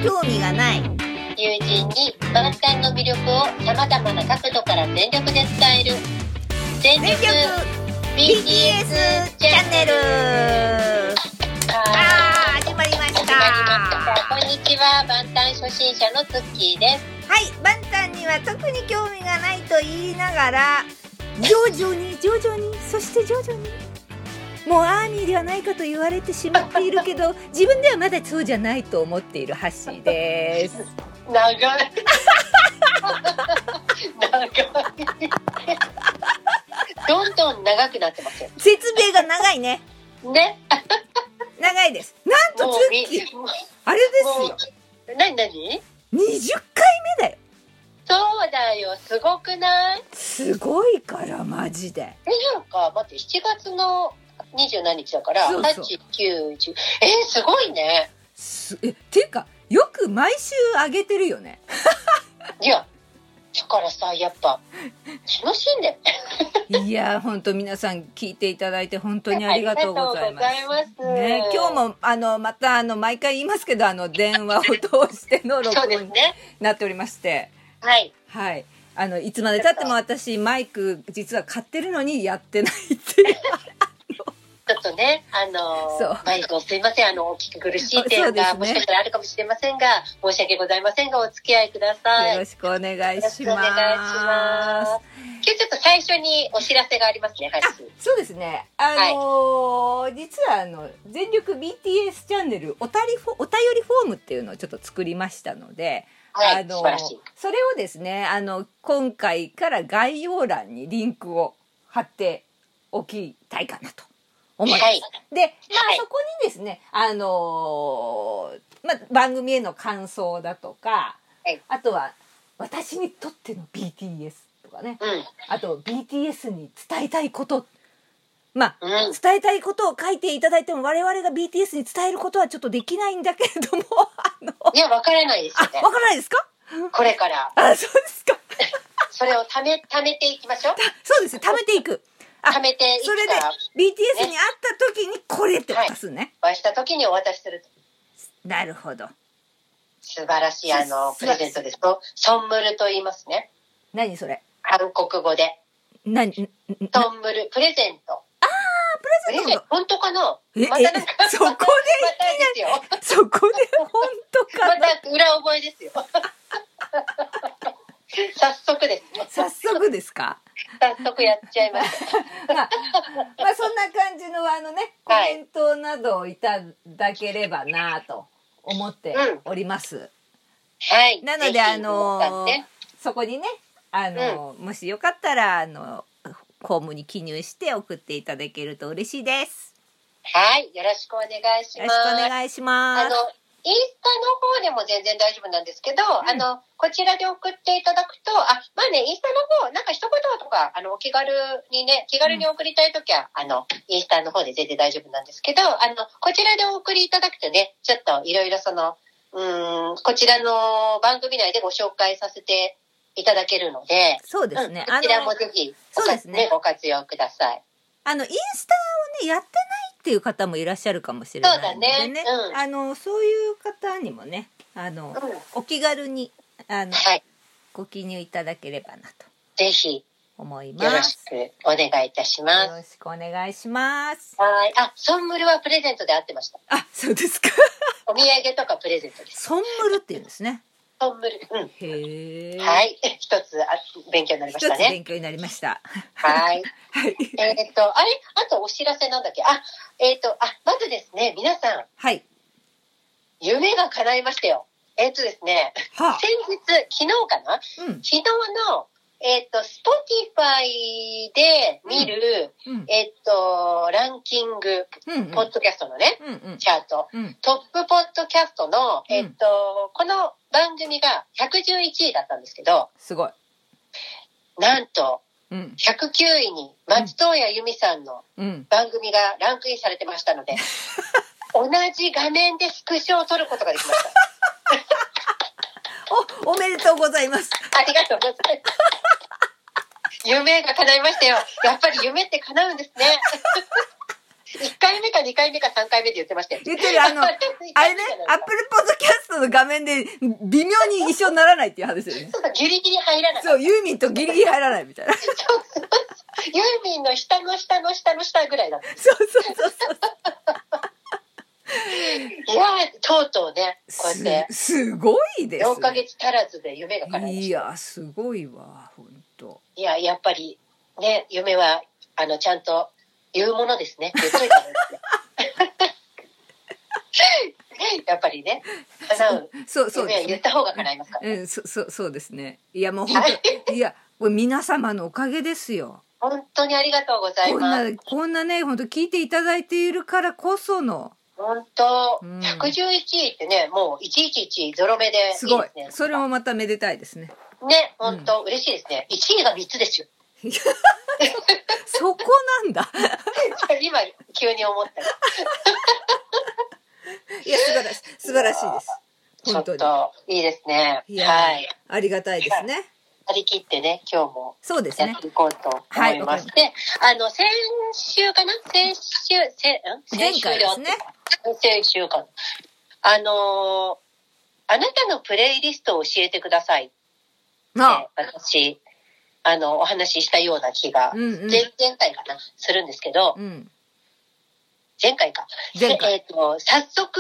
興味がない友人に万端の魅力をさまざまな角度から全力で伝える全力 BTS チャンネル。 始まりました。 こんにちは、万端初心者のツッキーです。 はい、万端には特に興味がないと言いながら徐々にそして徐々にもうアーミーではないかと言われてしまっているけど自分ではまだそうじゃないと思っているハッシーです。 長いどんどん長くなってますよ。 説明が長いね。 ね。 長いです。なんとツッキーあれですよ。 何 20回目だよ。 そうだよ、すごくない？ すごいからマジで。 なんか待って、7月の20何日だからそうそう 8、9、10すごいね。 ていうかよく毎週上げてるよね。 いやだからさ、やっぱ楽しんでいや本当皆さん聞いていただいて本当にありがとうございます。ね、今日もまた毎回言いますけど電話を通しての録音になっておりまして、 はいはい、いつまで経っても私マイク実は買ってるのにやってないっていうちょっとねマイクをすいませんお聞き苦しい点がもしかしたらあるかもしれませんが申し訳ございませんがお付き合いください。 よろしくお願いします。 今日ちょっと最初にお知らせがありますね。はい、 そうですね。実は全力 BTS チャンネルお便りフォームっていうのをちょっと作りましたので、 はい、素晴らしい。それをですね今回から概要欄にリンクを貼っておきたいかなと思います。はい、で、そこにですね番組への感想だとか、はい、あとは私にとっての BTSとかね、あと BTS に伝えたいこと伝えたいことを書いていただいても我々が BTS に伝えることはちょっとできないんだけれどもいや分からないですよね。 分からないですか？ これからそうですかそれを貯めていきましょう。 そうですね、貯めていく。 貯めていく。 それで BTS に会った時にこれって渡すね。 お会いした時にお渡しする。 なるほど。 素晴らしいプレゼントです。ソンムルと言いますね。何それ？韓国語で。ソンムル、プレゼント。プレゼント。本当かな？またなんかそこでそこで本当かな？ また裏覚えですよ。早速ですね。 早速ですか？ 早速やっちゃいます。 そんな感じのコメントなどをいただければなと思っております。はい。なのでそこにねもしよかったらフォームに記入して送っていただけると嬉しいです。はい、よろしくお願いします。よろしくお願いします。 インスタの方でも全然大丈夫なんですけど、こちらで送っていただくと、インスタの方、なんか一言とか、気軽に送りたいときは、インスタの方で全然大丈夫なんですけど、こちらでお送りいただくとね、ちょっといろいろこちらの番組内でご紹介させていただけるので、そうですね。こちらもぜひ、ご活用ください。 インスタをね、やってないっていう方もいらっしゃるかもしれないのでね。そういう方にもね、お気軽に、ご記入いただければなと。 ぜひ。 思います。 よろしくお願いいたします。 よろしくお願いします。 はい。ソンムルはプレゼントで合ってました。 そうですか。 お土産とかプレゼントです。 ソンムルって言うんですね。 ソンムル。 へえ。 はい。一つ勉強になりましたね。 一つ勉強になりました。 はい。はい。あとお知らせなんだっけ？まずですね、皆さん。はい。夢が叶いましたよ。ですね、先日、昨日かな？昨日の、Spotify で見る、ランキング、ポッドキャストのね、チャート、トップポッドキャストの、この番組が111位だったんですけど、すごい。なんと、109位に松任谷由実さんの番組がランクインされてましたので、同じ画面でスクショを撮ることができました。 おめでとうございます。 ありがとうございます。夢が叶いましたよ。やっぱり夢って叶うんですね。 1回目か2回目か3回目で言ってましたよ。 言ってる、あれね、アップルポッドキャストの画面で微妙に一緒にならないっていう話ですよね。 そう、ギリギリ入らない。 そう、ユーミンとギリギリ入らないみたいな。 ユーミンの下の下の下の下ぐらいだった。 そうそうそうそう。 いやとうとうね、こうやって。 すごいですね。 4ヶ月足らずで夢が叶いました。 いや、すごいわ、ほんと。 いや、やっぱり、ね、夢は、ちゃんと言うものですね。言っといたんですね。やっぱりね、叶う。そうですね。夢は言った方が叶いますから、ね。 そうですね。いや、もう本当、いや、皆様のおかげですよ。 本当にありがとうございます。 こんなね、本当聞いていただいているからこその。 本当、111位ってね、もう111ゾロ目でいいですね。すごい。 それもまためでたいですね。 ね、本当、嬉しいですね。1位が3つですよ。 そこなんだ。 今、急に思った。 いや、素晴らしいです。 本当に。ちょっと、いいですね。はい。 ありがたいですね。 張り切ってね、今日もそうですね。 やっていこうと思います。で、先週かな前回ですね。 先週かな。あなたのプレイリストを教えてください。私、お話ししたような気が、前回かな、するんですけど、前回か。早速、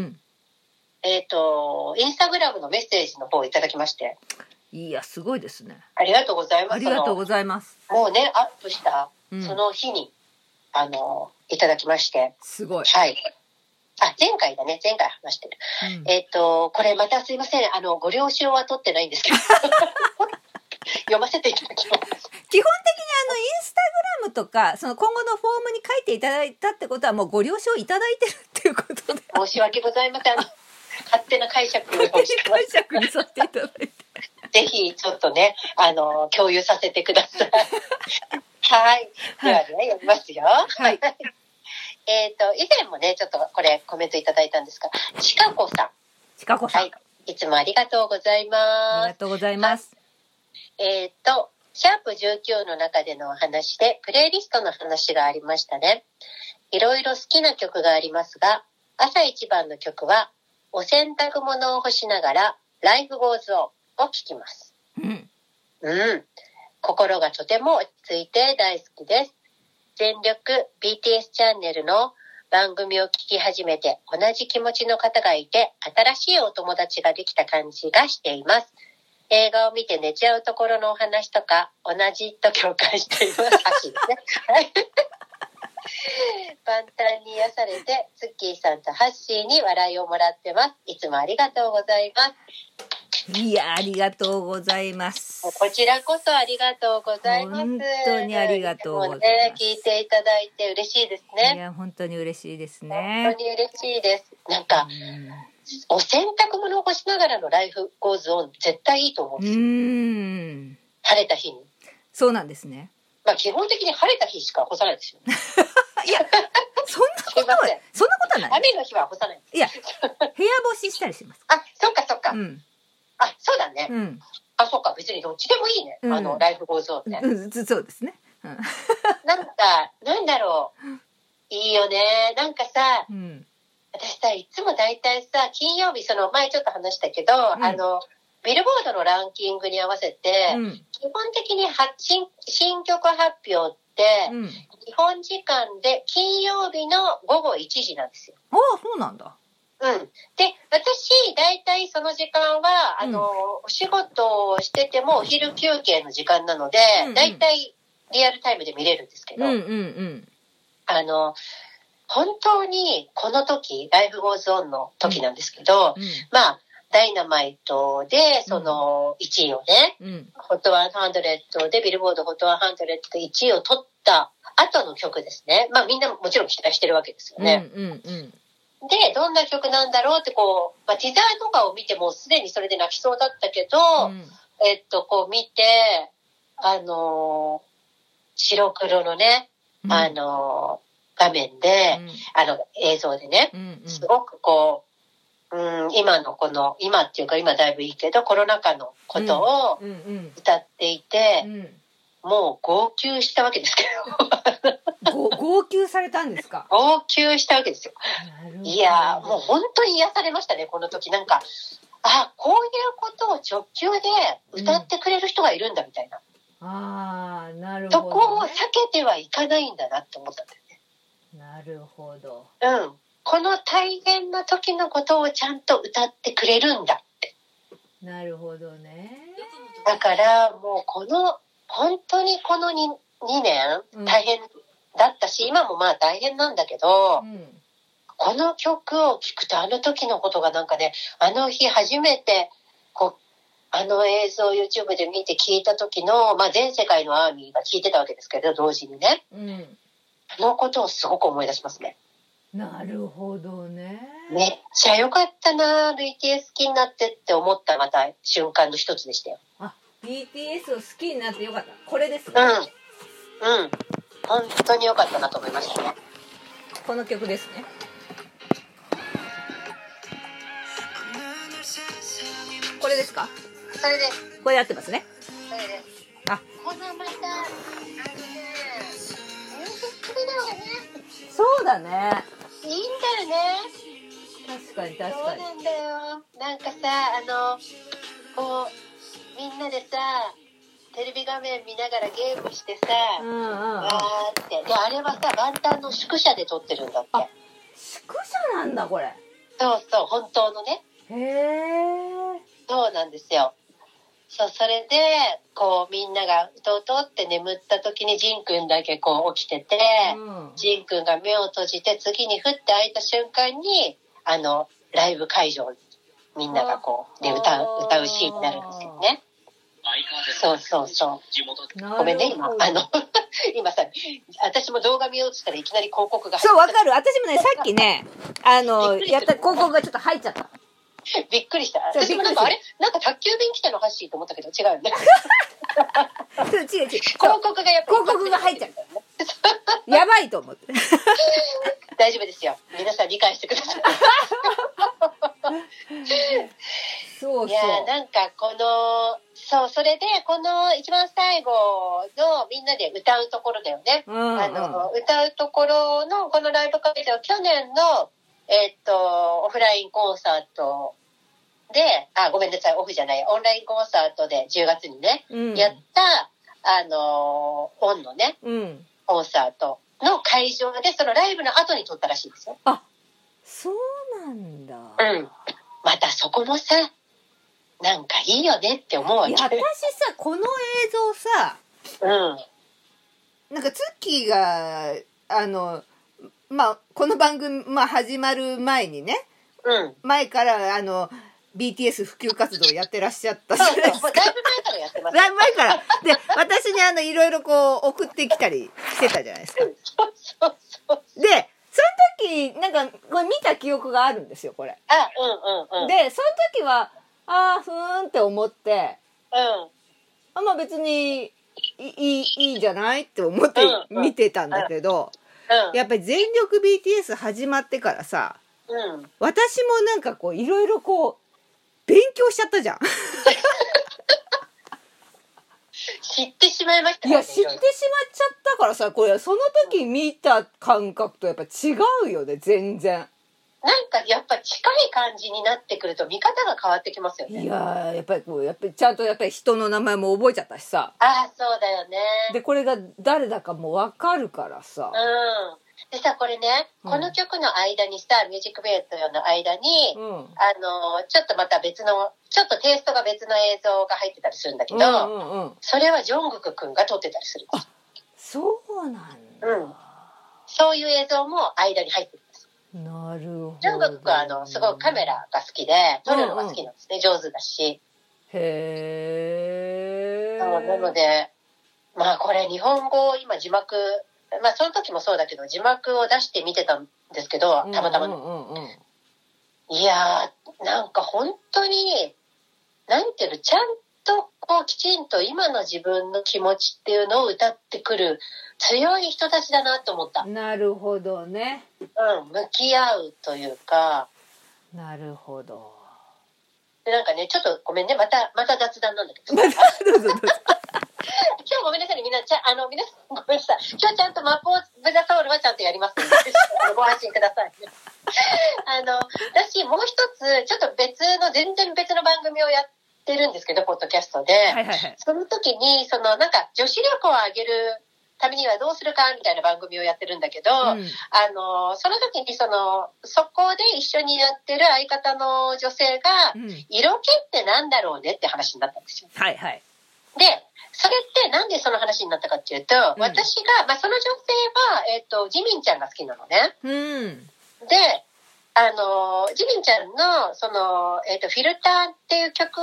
インスタグラムのメッセージの方をいただきまして。 いや、すごいですね。 ありがとうございます。 ありがとうございます。 もうね、アップした、その日に、いただきまして。 すごい。 はい。前回だね。前回話してる。これまたすいません。ご了承は取ってないんですけど。読ませていただきます。基本的にインスタグラムとか、その今後のフォームに書いていただいたってことはもうご了承いただいてるっていうことで。 申し訳ございません。勝手な解釈をしてます。 解釈にさせていただいて。 ぜひ、ちょっとね、共有させてください。はい。ではね、読みますよ。はい。以前もね、ちょっとこれコメントいただいたんですが、ちかこさん。 ちかこさん。はい。 いつもありがとうございます。 ありがとうございます。 シャープ19の中でのお話で、プレイリストの話がありましたね。いろいろ好きな曲がありますが、朝一番の曲は、お洗濯物を干しながら、Life Goes On を聴きます。心がとても落ち着いて大好きです。全力 BTS チャンネルの番組を聞き始めて同じ気持ちの方がいて新しいお友達ができた感じがしています。映画を見て寝ちゃうところのお話とか同じと共感しています。足ですね。万端に癒されてツッキーさんとハッシーに笑いをもらってます。いつもありがとうございます。 いや、ありがとうございます。 こちらこそありがとうございます。 本当にありがとうございます。 ね、聞いていただいて嬉しいですね。 いや、本当に嬉しいですね。 本当に嬉しいです。なんか、お洗濯物を干しながらのライフゴーズオン絶対いいと思うんですよ。晴れた日に。 そうなんですね。 まあ基本的に晴れた日しか干さないですよね。 いや、そんなことはない。 雨の日は干さない。 いや、部屋干ししたりします。 あ、そっかそっか。そうだね。そっか、別にどっちでもいいね。ライフゴーズオンね。 そうですね。 なんか、なんだろう。いいよね。なんかさ、私さ、いつも大体さ、金曜日、前ちょっと話したけど、ビルボードのランキングに合わせて、基本的に新曲発表って、日本時間で金曜日の午後1時なんですよ。 ああ、そうなんだ。 で、私、大体その時間は、お仕事をしててもお昼休憩の時間なので、大体リアルタイムで見れるんですけど、本当にこの時、ライフゴーズオンの時なんですけど、まあ、ダイナマイトで、その1位をね、HOT 100で、ビルボード HOT 100で1位を取った後の曲ですね。まあみんなもちろん期待してるわけですよね。で、どんな曲なんだろうってこう、ティザーとかを見てもすでにそれで泣きそうだったけど、こう見て、白黒のね、画面で、映像でね、すごくこう、今っていうか今だいぶいいけど、コロナ禍のことを歌っていて、もう号泣したわけですけど。 号泣されたんですか？ 号泣したわけですよ。いやもう本当に癒されましたね、この時。なんか、あ、こういうことを直球で歌ってくれる人がいるんだみたいな。 ああ、なるほど、ね。 そこを避けてはいかないんだなって思ったんだよね。 なるほど。 うん。この大変な時のことをちゃんと歌ってくれるんだって。 なるほどね。 だからもう本当にこの 2年大変だったし、今もまあ大変なんだけど、この曲を聴くとあの時のことがなんかね、あの日初めてあの映像を YouTube で見て聞いた時の、まあ、全世界のアーミーが聞いてたわけですけど、同時にね、あのことをすごく思い出しますね。 なるほどね。 めっちゃ良かったな、 BTS 好きになってって思ったまた瞬間の一つでしたよ。 あ、BTS を好きになってよかった。これですね。 本当に良かったなと思いましたね。 この曲ですね。これですか？ それです。 これやってますね。 それです。 あ、 このまたミュージックビデオがね。 そうだね。 いいんだよね。 確かに。 そうなんだよ。なんかさ、こうみんなでさ、テレビ画面見ながらゲームしてさ、わーって。で、あれはさ、万端の宿舎で撮ってるんだって。 あ、宿舎なんだこれ。 そうそう、本当のね。 へー。 そうなんですよ。そう、それでこうみんながうとうとって眠った時にジンくんだけこう起きてて、ジンくんが目を閉じて次にふって開いた瞬間にライブ会場みんながこうで歌うシーンになるんですけどね。そうそうそう。ごめんね今さ、私も動画見ようとしたらいきなり広告が入った。 そう、わかる。私もね、さっきねやった広告がちょっと入っちゃった。 びっくりした。私もなんかあれなんか宅急便来たのハッシーと思ったけど違うよね。 違う。 広告がやっぱり広告が入っちゃった。やばいと思って。 大丈夫ですよ。皆さん理解してください。 そう。 いやなんかそれでこの一番最後のみんなで歌うところだよね。歌うところのこのライブ会場、去年のオフラインコンサートで、ごめんなさい、オフじゃない、オンラインコンサートで10月にね、やった、オンのね、コンサートの会場で、そのライブの後に撮ったらしいですよ。 あ、そうなんだ。 またそこもさ、なんかいいよねって思うわけ。 いや、私さ、この映像さ、なんかツッキーが、この番組、始まる前にね、前からBTS 普及活動をやってらっしゃったじゃないですか。 だいぶ前からやってます。 だいぶ前から。で、私にいろいろこう送ってきたりしてたじゃないですか。で、その時、なんか、これ見た記憶があるんですよ、これ。で、その時は、ふーんって思って、別にいいじゃないって思って見てたんだけど、やっぱり全力 BTS 始まってからさ、私もなんかこういろいろこう勉強しちゃったじゃん。 知ってしまいましたね。 いや、知ってしまっちゃったからさ、これその時見た感覚とやっぱ違うよね、全然。 なんかやっぱ近い感じになってくると見方が変わってきますよね。 いややっぱりちゃんと人の名前も覚えちゃったしさ。 そうだよね。 でこれが誰だかも分かるからさ。 でさ、これね、この曲の間にさ、ミュージックビデオの間に、ちょっとまた別の、ちょっとテイストが別の映像が入ってたりするんだけど、それはジョングクくんが撮ってたりするんです。 そうなんだ。 そういう映像も間に入ってるんです。 なるほど。 ジョングクくんはすごいカメラが好きで、撮るのが好きなんですね。上手だし。 へー。なので、これ日本語今字幕、その時もそうだけど字幕を出して見てたんですけど、たまたま、いやーなんか本当になんていうの、ちゃんとこうきちんと今の自分の気持ちっていうのを歌ってくる強い人たちだなと思った。 なるほどね。 向き合うというか。 なるほど。 でなんかね、ちょっとごめんね、また雑談なんだけど。 どうぞ。 今日ごめんなさいね、皆さんごめんなさい。今日ちゃんとマップブザソウルはちゃんとやりますので、ご安心くださいね。私、もう一つ、ちょっと全然別の番組をやってるんですけど、ポッドキャストで。はいはいはい、その時に、なんか、女子力を上げるためにはどうするかみたいな番組をやってるんだけど、その時にそこで一緒にやってる相方の女性が、色気ってなんだろうねって話になったんですよ。はいはい。で、それってなんでその話になったかっていうと、私が、その女性は、ジミンちゃんが好きなのね。で、ジミンちゃんの、フィルターっていう曲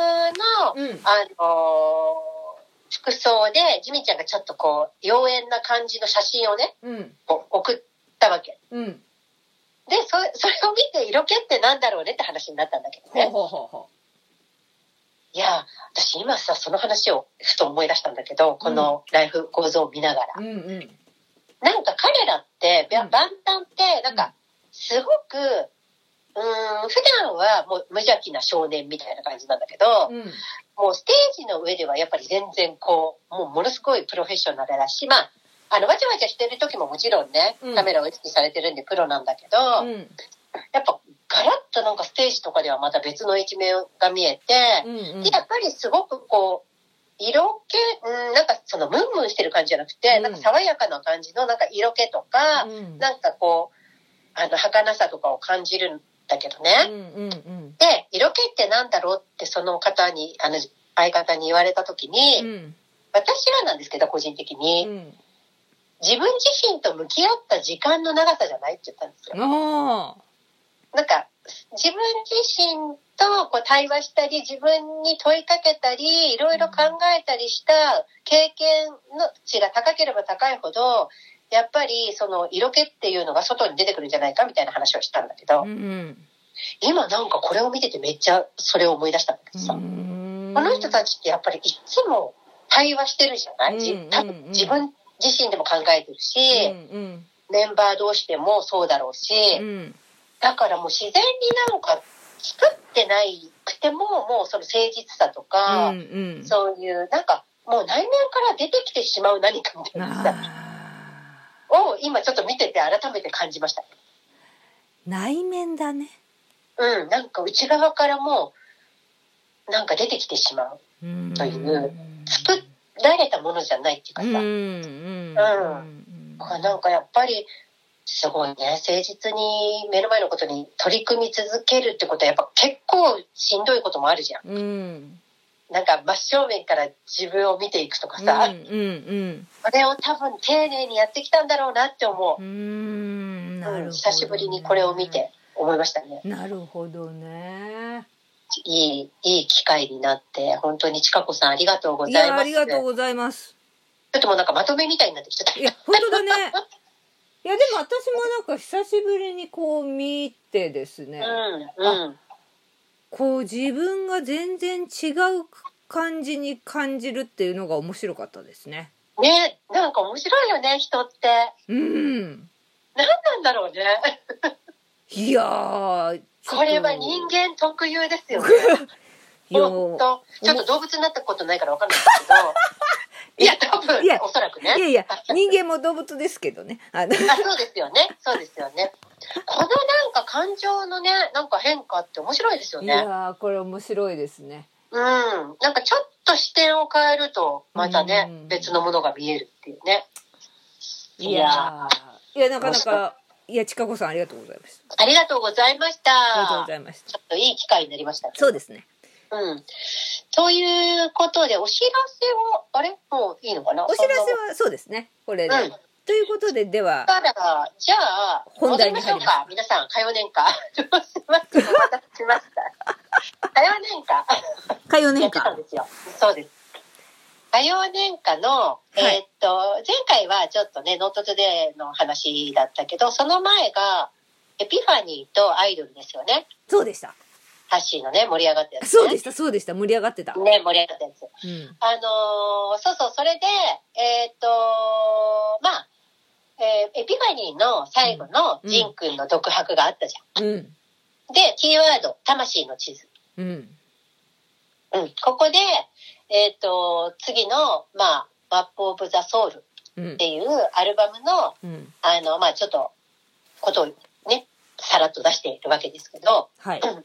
の、服装で、ジミンちゃんがちょっと妖艶な感じの写真をね、送ったわけ。で、それを見て色気ってなんだろうねって話になったんだけどね。いや、私今さ、その話をふと思い出したんだけど、このライフ構造を見ながら。なんか彼らって、万端って、なんか、すごく、普段はもう無邪気な少年みたいな感じなんだけど、もうステージの上ではやっぱり全然もうものすごいプロフェッショナルだし、わちゃわちゃしてる時ももちろんね、カメラを意識されてるんでプロなんだけど、やっぱガラッとなんかステージとかではまた別の一面が見えて、で、やっぱりすごく色気、なんかムンムンしてる感じじゃなくて、なんか爽やかな感じのなんか色気とか、なんか儚さとかを感じるんだけどね。で、色気ってなんだろうってその方に、相方に言われた時に、私はなんですけど、個人的に、自分自身と向き合った時間の長さじゃないって言ったんですよ。なんか、自分自身と対話したり、自分に問いかけたり、いろいろ考えたりした経験の値が高ければ高いほど、やっぱり色気っていうのが外に出てくるんじゃないかみたいな話をしたんだけど、今なんかこれを見ててめっちゃそれを思い出したんだけどさ、この人たちってやっぱりいつも対話してるじゃない？多分自分自身でも考えてるし、メンバー同士でもそうだろうし、だからもう自然になんか作ってないくても、もうその誠実さとか、そういうなんかもう内面から出てきてしまう何かみたいなさを今ちょっと見てて改めて感じました。 内面だね。 なんか内側からもなんか出てきてしまうという、作られたものじゃないっていうかさ、なんかやっぱりすごいね、誠実に目の前のことに取り組み続けるってことはやっぱ結構しんどいこともあるじゃん。なんか真正面から自分を見ていくとかさ、それを多分丁寧にやってきたんだろうなって思う。久しぶりにこれを見て思いましたね。 なるほどね。 いい機会になって本当にちかこさんありがとうございます。いや、 ありがとうございます。 ちょっともうなんかまとめみたいになってきちゃった。 いや本当だね。いやでも私もなんか久しぶりに見てですね、自分が全然違う感じに感じるっていうのが面白かったですね。 ね、なんか面白いよね、人って。何なんだろうね。 いやこれは人間特有ですよね。ほんと。ちょっと動物になったことないから分かんないですけど。いや、多分、おそらくね。 いや、人間も動物ですけどね。 そうですよね。そうですよね。このなんか感情のね、なんか変化って面白いですよね。いやこれ面白いですね。 なんかちょっと視点を変えると、またね、別のものが見えるっていうね。 いや、なかなか、ちかこさんありがとうございました。 ありがとうございました。 ありがとうございました。 ちょっといい機会になりましたね。 そうですね。 ということで、お知らせを、もういいのかな？ お知らせはそうですね。これで。ということで、では。 じゃあ、本題に入りましょうか。皆さん、火曜年間。お待たせしました。火曜年間。 火曜年間。 そうです。火曜年間の、前回はちょっとね、ノートトゥデイの話だったけど、その前が、エピファニーとアイドルですよね。 そうでした。 ハッシーのね、盛り上がったやつ、ね。 そうでした。盛り上がってた。 ね、盛り上がったやつ。そう、それで、エピファニーの最後のジンくんの独白があったじゃん。で、キーワード、魂の地図。ここで、次の、 マップオブザソウルっていうアルバムの、まあちょっとことをね、さらっと出しているわけですけど、 はい。 で、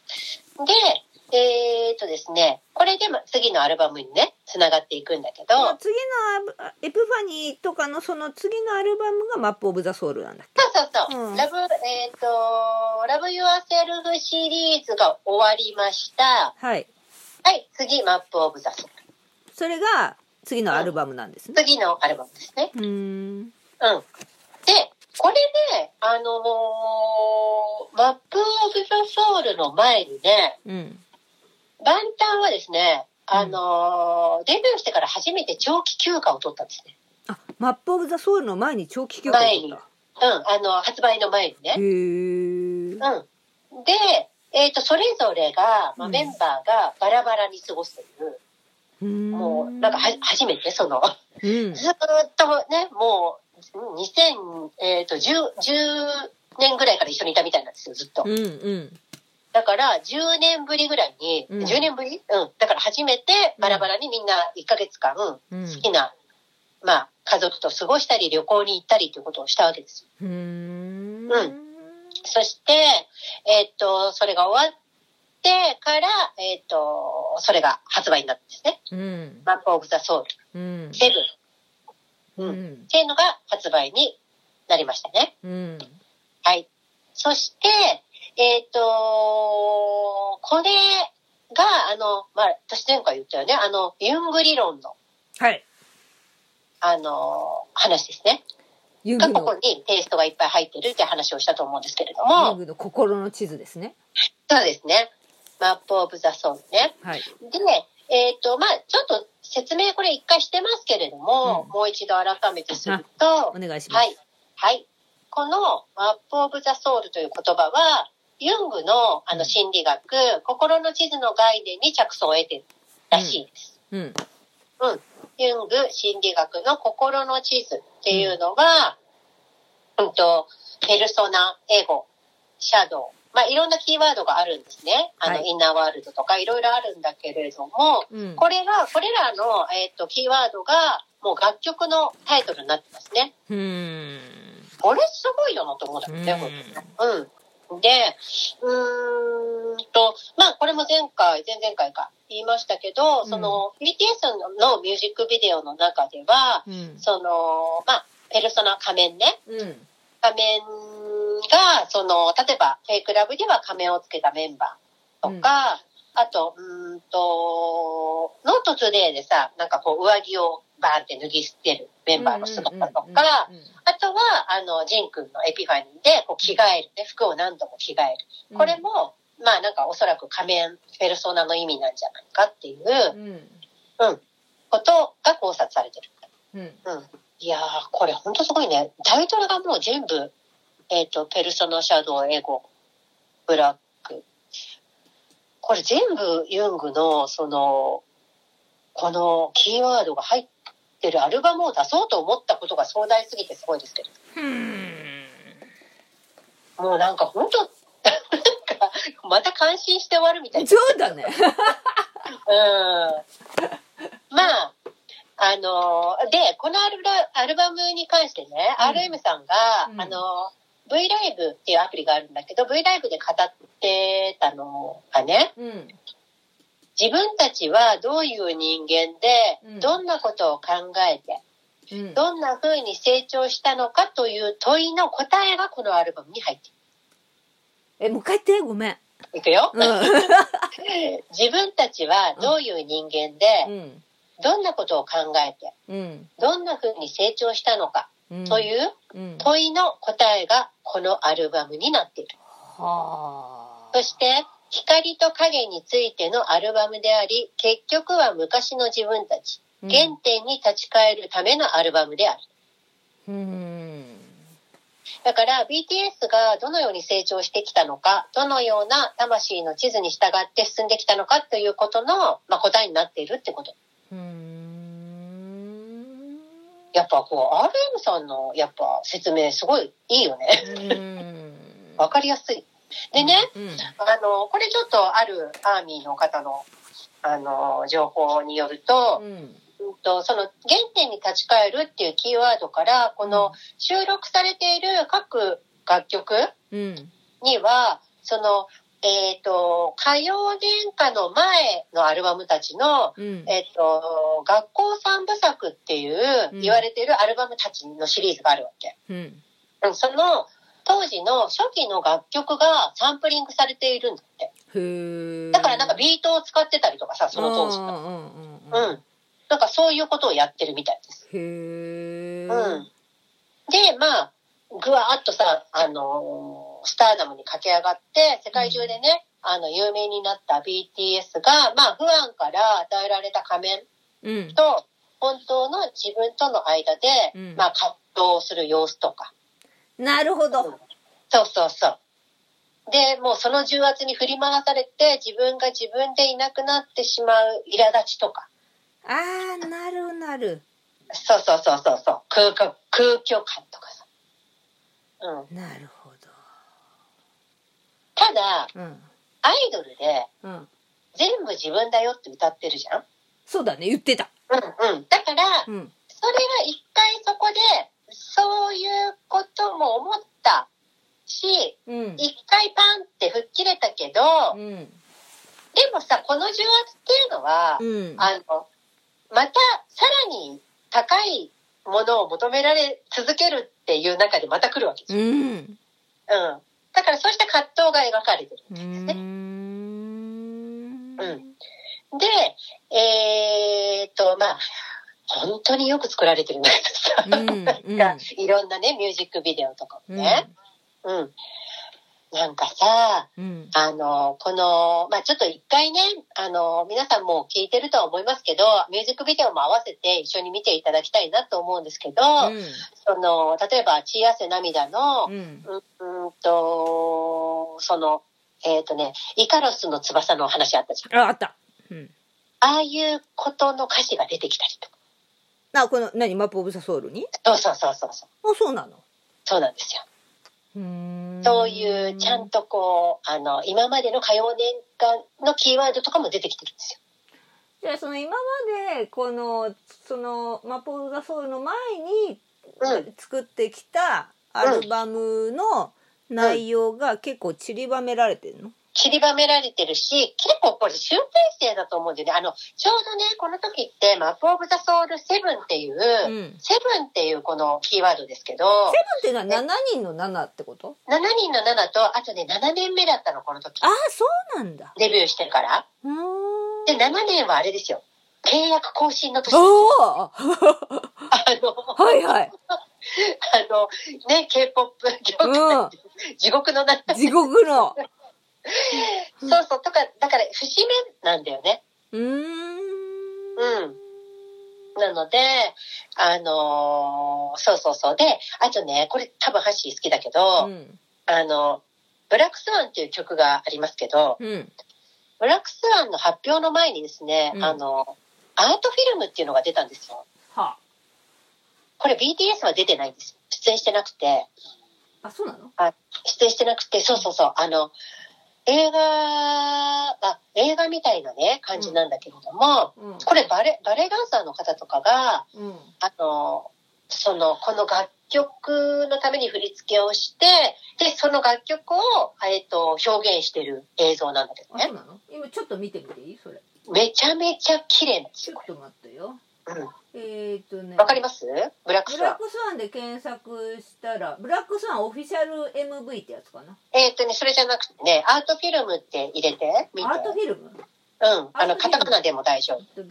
ですね、これで次のアルバムにね、つながっていくんだけど、 次のエピファニーとかのその次のアルバムがマップオブザソウルなんだっけ？ そう。ラブユアセルフシリーズが終わりました。 はい。 はい、次、マップオブザソウル。 それが次のアルバムなんですね。 次のアルバムですね。で、これね、マップオブザソウルの前にね、バンタンはですね、デビューしてから初めて長期休暇を取ったんですね。 あ、マップオブザソウルの前に長期休暇を取った。 発売の前にね。で、それぞれが、メンバーがバラバラに過ごすという、もう、なんか初めて、ずっとね、もう、2010年ぐらいから一緒にいたみたいなんですよ、ずっと。だから10年ぶりぐらいに、10年ぶりだから初めてバラバラにみんな1ヶ月間好きな、まあ家族と過ごしたり旅行に行ったりということをしたわけですよ。そして、それが終わってから、それが発売になったんですね。マップオブザソウル、セブン、っていうのが発売になりましたね。はい。そして、これが、まあ、私前回言ったよね、ユング理論の、 はい。 話ですね。がここにテイストがいっぱい入ってるって話をしたと思うんですけれども。 ユングの心の地図ですね。 そうですね。マップオブザソウルね。 はい。 で、まあ、ちょっと説明これ一回してますけれども、もう一度改めてすると。 お願いします。 はい。このマップオブザソウルという言葉は、ユングの心理学、心の地図の概念に着想を得てるらしいです。ユング心理学の心の地図っていうのが、ペルソナ、エゴ、シャドウ。まあ、いろんなキーワードがあるんですね。インナーワールドとかいろいろあるんだけれども、これらの、キーワードがもう楽曲のタイトルになってますね。これすごいよなと思うんだけどね、で、まあ、これも前々回か言いましたけど、その、BTS のミュージックビデオの中では、まあ、ペルソナ仮面ね。仮面が、例えば、フェイクラブでは仮面をつけたメンバーとか、あと、ノートトゥデイでさ、なんかこう、上着をバーンって脱ぎ捨てるメンバーの姿とか、あとは、ジン君のエピファニーでこう着替えるね、服を何度も着替える。これも、まあなんかおそらく仮面、ペルソナの意味なんじゃないかっていう、ことが考察されてる。いやー、これほんとすごいね。タイトルがもう全部、ペルソナ、シャドウ、エゴ、ブラック。これ全部ユングの、このキーワードが入ってるアルバムを出そうと思ったことが壮大すぎてすごいですけど。もうなんか本当なんかまた感心して終わるみたいな。 そうだね。 まあでこのアルバムに関してね、RM さんがV ライブっていうアプリがあるんだけど、V ライブで語ってたのがね。自分たちはどういう人間で、どんなことを考えて、どんな風に成長したのかという問いの答えがこのアルバムに入っている。 もう一回言って、ごめん。 いくよ。自分たちはどういう人間で、どんなことを考えて、どんな風に成長したのかという問いの答えがこのアルバムになっている。そして、光と影についてのアルバムであり、結局は昔の自分たち、原点に立ち返るためのアルバムである。だから BTS がどのように成長してきたのか、どのような魂の地図に従って進んできたのかということの、答えになっているってこと。やっぱこう RM さんのやっぱ説明すごいいいよね。わかりやすい。でね、これちょっとあるアーミーの方の、情報によると、 その原点に立ち返るっていうキーワードから、この収録されている各楽曲には、その、歌謡年歌の前のアルバムたちの、学校三部作っていう言われているアルバムたちのシリーズがあるわけ。その当時の初期の楽曲がサンプリングされているんだって。だからなんかビートを使ってたりとかさ、その当時の。なんかそういうことをやってるみたいです。で、まあ、ぐわーっとさ、スターダムに駆け上がって、世界中でね、有名になった BTS が、まあ、普段から与えられた仮面と、本当の自分との間で、まあ、葛藤する様子とか。 なるほど。 そうそうそう。で、もうその重圧に振り回されて、自分が自分でいなくなってしまう苛立ちとか。 なる。 そう。空虚感とかさ。 なるほど。 ただ、アイドルで、全部自分だよって歌ってるじゃん。 そうだね、言ってた。 だから、それが一回そこで、そういうことも思ったし、一回パンって吹っ切れたけど、でもさ、この重圧っていうのは、またさらに高いものを求められ続けるっていう中でまた来るわけですよ。だからそうした葛藤が描かれてるんですね。で、まあ、本当によく作られてるんだけどさ、いろんなね、ミュージックビデオとかもね。なんかさ、この、まあちょっと一回ね、皆さんも聞いてるとは思いますけど、ミュージックビデオも合わせて一緒に見ていただきたいなと思うんですけど、その、例えば、血汗涙の、その、イカロスの翼の話あったじゃん。 あった。 ああいうことの歌詞が出てきたりとか。 この、マップオブザソウルに？ そう。 そうなの？ そうなんですよ。そういうちゃんとこう今までの歌謡年間のキーワードとかも出てきてるんですよ。 じゃあその今までこのそのマップオブザソウルの前に作ってきたアルバムの内容が結構散りばめられてるの？ 散りばめられてるし、結構これ集大成だと思うんだよね。ちょうどね、この時って、マップオブザソウル7っていう、セブンっていうこのキーワードですけど。 セブンっていうのは7人の7ってこと？ 7 人の7と、あとね、7年目だったの、この時。 そうなんだ。 デビューしてから。で、7年はあれですよ。契約更新の年ですよ。 はい。 ね、K-POP 業界、地獄の中。 地獄の。 そう、だから節目なんだよね。なので、そう。で、あとね、これ多分ハッシー好きだけど、ブラックスワンっていう曲がありますけど、ブラックスワンの発表の前にですね、アートフィルムっていうのが出たんですよ。これ BTS は出てないんです。出演してなくて。 そうなの？ 出演してなくて、そう。映画みたいなね、感じなんだけれども、これバレエダンサーの方とかが、この楽曲のために振り付けをして、で、その楽曲を、表現してる映像なんだけどね。 そうなの？今ちょっと見てみていい？それ。 めちゃめちゃ綺麗なんですよ。 ちょっと待ってよ。 わかります？ブラックスワンで検索したら、ブラックスワンオフィシャル MV ってやつかな。 それじゃなくてね、アートフィルムって入れてみて。 アートフィルム？ カタカナでも大丈夫。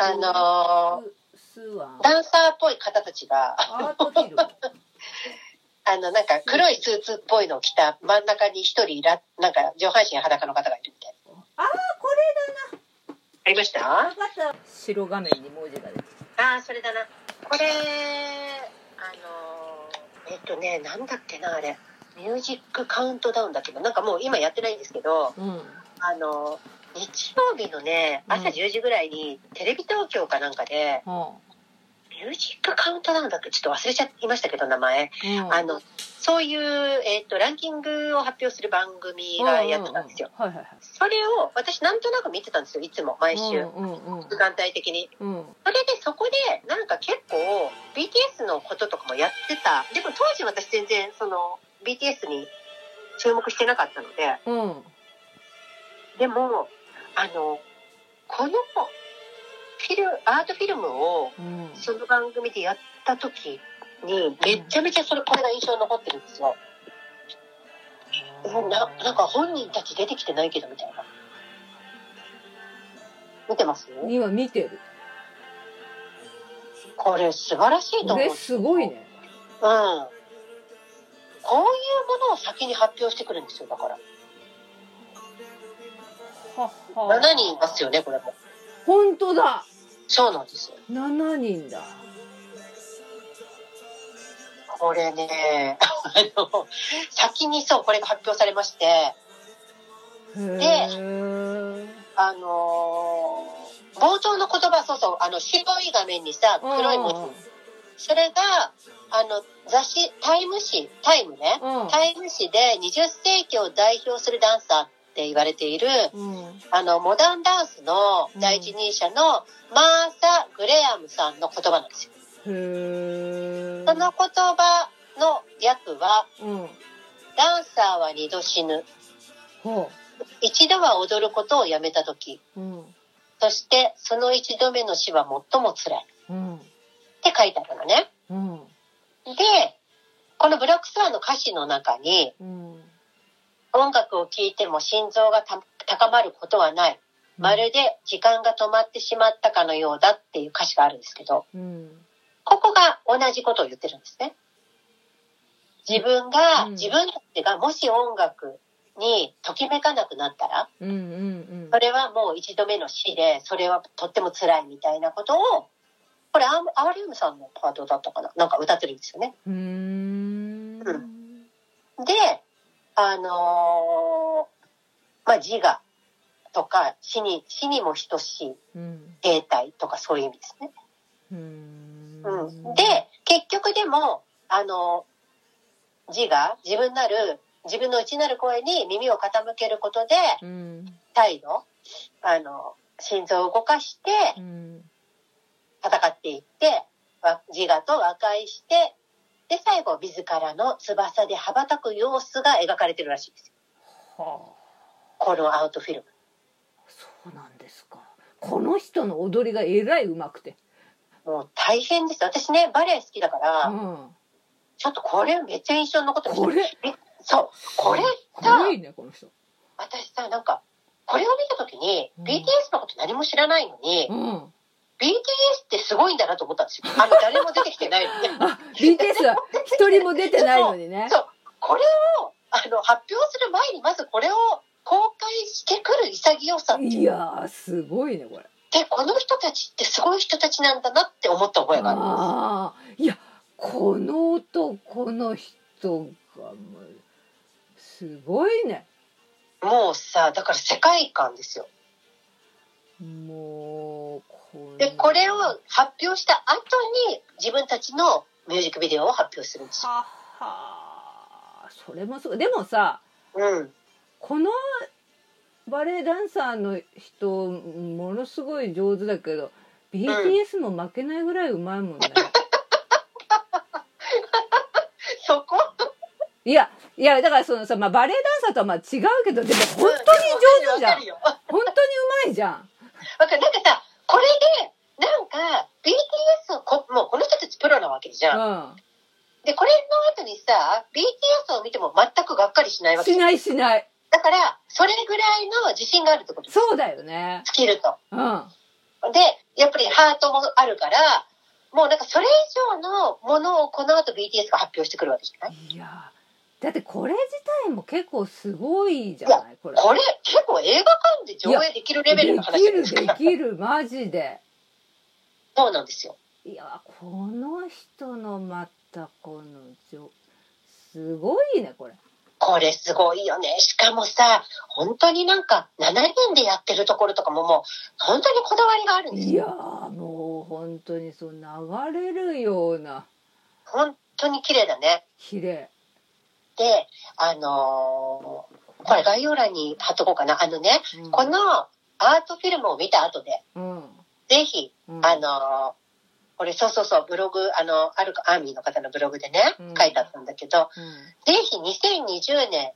ダンサーっぽい方たちが、 アートフィルム。 なんか黒いスーツっぽいのを着た真ん中に一人なんか上半身裸の方がいるみたいな。 これだな。 ありました？ 分かった。白画面に文字が出てきた。 それだな。これ、なんだっけな、あれ。ミュージックカウントダウンだけど、なんかもう今やってないんですけど、日曜日のね、朝10時ぐらいに、テレビ東京かなんかで、ミミュージックカウントダウンだっけちょっと忘れちゃいましたけど名前、そういう、ランキングを発表する番組がやってたんですよ。それを私なんとなく見てたんですよ、いつも毎週、時間帯的に、それでそこでなんか結構 BTS のこととかもやってた。でも当時私全然その BTS に注目してなかったので、でもこのアートフィルムをその番組でやった時にめちゃめちゃこれが印象に残ってるんですよ。なんか本人たち出てきてないけどみたいな。見てます？ 今見てる。 これ素晴らしいと思う。 これすごいね。 こういうものを先に発表してくるんですよ。だから7人いますよね、これも。 本当だ。 そうなんですよ。 7人だ。 これね、先にこれが発表されまして、で、冒頭の言葉、白い画面にさ、黒い文字。それが、雑誌、タイムね、タイム誌で20世紀を代表するダンサーって言われている、モダンダンスの第一人者のマーサ・グレアムさんの言葉なんですよ。その言葉の訳は、ダンサーは2度死ぬ。一度は踊ることをやめたとき、そしてその1度目の死は最も辛い。って書いてあるのね。で、このブラックスワンの歌詞の中に、音楽を聴いても心臓が高まることはない。まるで時間が止まってしまったかのようだっていう歌詞があるんですけど、ここが同じことを言ってるんですね。自分たちがもし音楽にときめかなくなったら、それはもう1度目の死で、それはとっても辛いみたいなことを、これREMさんのパートだったかな、なんか歌ってるんですよね。で、自我とか死にも等しい形態とかそういう意味ですね。で、結局でも自分の内なる声に耳を傾けることで、再度心臓を動かして戦っていって、自我と和解して、で最後自らの翼で羽ばたく様子が描かれてるらしいですよ。このアウトフィルム。 そうなんですか。この人の踊りがえらい上手くて。 もう大変です。私ね、バレエ好きだから、ちょっとこれめっちゃ印象に残ってました。これさ、 すごいね、この人。 私さ、なんか、これを見たときに、BTS のこと何も知らないのに、BTS ってすごいんだなと思ったんですよ。誰も出てきてないのに。 BTS は一人も出てないのにね。 そう。これを、発表する前にまずこれを公開してくる潔さっていう。 いやー、すごいね、これ。 で、この人たちってすごい人たちなんだなって思った覚えがあるんです。いや、この男の人が、すごいね。 もうさ、だから世界観ですよ。 もうでこれを発表した後に自分たちのミュージックビデオを発表するんですよ。 それもそう。でもさ、このバレエダンサーの人ものすごい上手だけど、BTS も負けないぐらいうまいもんね。 そこ？ いやだからそのさ、バレエダンサーとは違うけど、でも本当に上手じゃん。本当にうまいじゃん。 なんかさ、これでなんか BTS をもうこの人たちプロなわけじゃん。でこれの後にさ BTS を見ても全くがっかりしないわけ。 しない。 だからそれぐらいの自信があるってことです。 そうだよね。 スキルと。でやっぱりハートもあるから、もうなんかそれ以上のものをこの後 BTS が発表してくるわけじゃない？ いやだってこれ自体も結構すごいじゃない？これ結構映画館で上映できるレベルの話ですから。 できるマジで。 そうなんですよ。 いやこの人のまたすごいねこれ。 これすごいよね。しかもさ、本当になんか7人でやってるところとかももう本当にこだわりがあるんですよ。 いやーもう本当にそう流れるような。 本当に綺麗だね。 綺麗。 で、これ概要欄に貼っとこうかな。このアートフィルムを見た後で、ぜひ、これそうブログ、あるアーミーの方のブログでね、書いてあったんだけど、ぜひ2020年、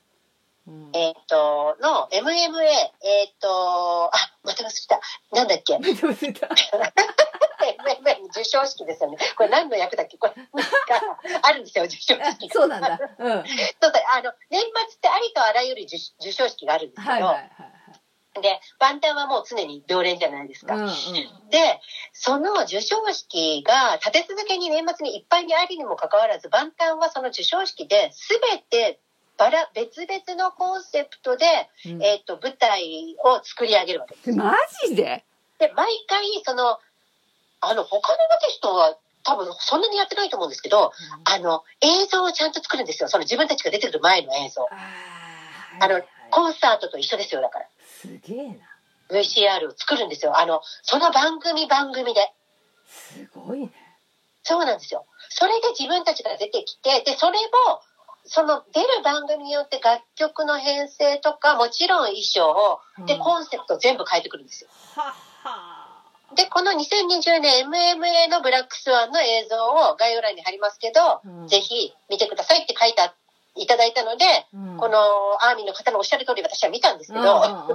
の MMA、また忘れた。なんだっけ忘れた。 MMA の授賞式ですよね。これ何の役だっけこれあるんですよ、授賞式。 そうなんだ。 そうだ、年末ってありとあらゆる授賞式があるんですけど、で、万端はもう常に常連じゃないですか。で、その授賞式が立て続けに年末にいっぱいにありにもかかわらず、万端はその授賞式で全て別々のコンセプトで、舞台を作り上げるわけです。 マジで？ で、毎回、他のアーティストは多分そんなにやってないと思うんですけど、映像をちゃんと作るんですよ。その自分たちが出てくる前の映像。コンサートと一緒ですよ、だから。 すげえな。 VCR を作るんですよ。その番組で。 すごいね。 そうなんですよ。それで自分たちが出てきて、で、それを、その出る番組によって楽曲の編成とか、もちろん衣装で、コンセプト全部変えてくるんですよ。で、この2020年 MMA のブラックスワンの映像を概要欄に貼りますけど、ぜひ見てくださいって書いていただいたので、このアーミーの方のおっしゃる通り私は見たんですけど、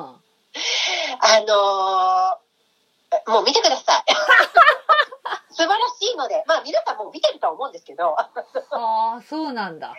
もう見てください。素晴らしいので、皆さんもう見てるとは思うんですけど。 そうなんだ。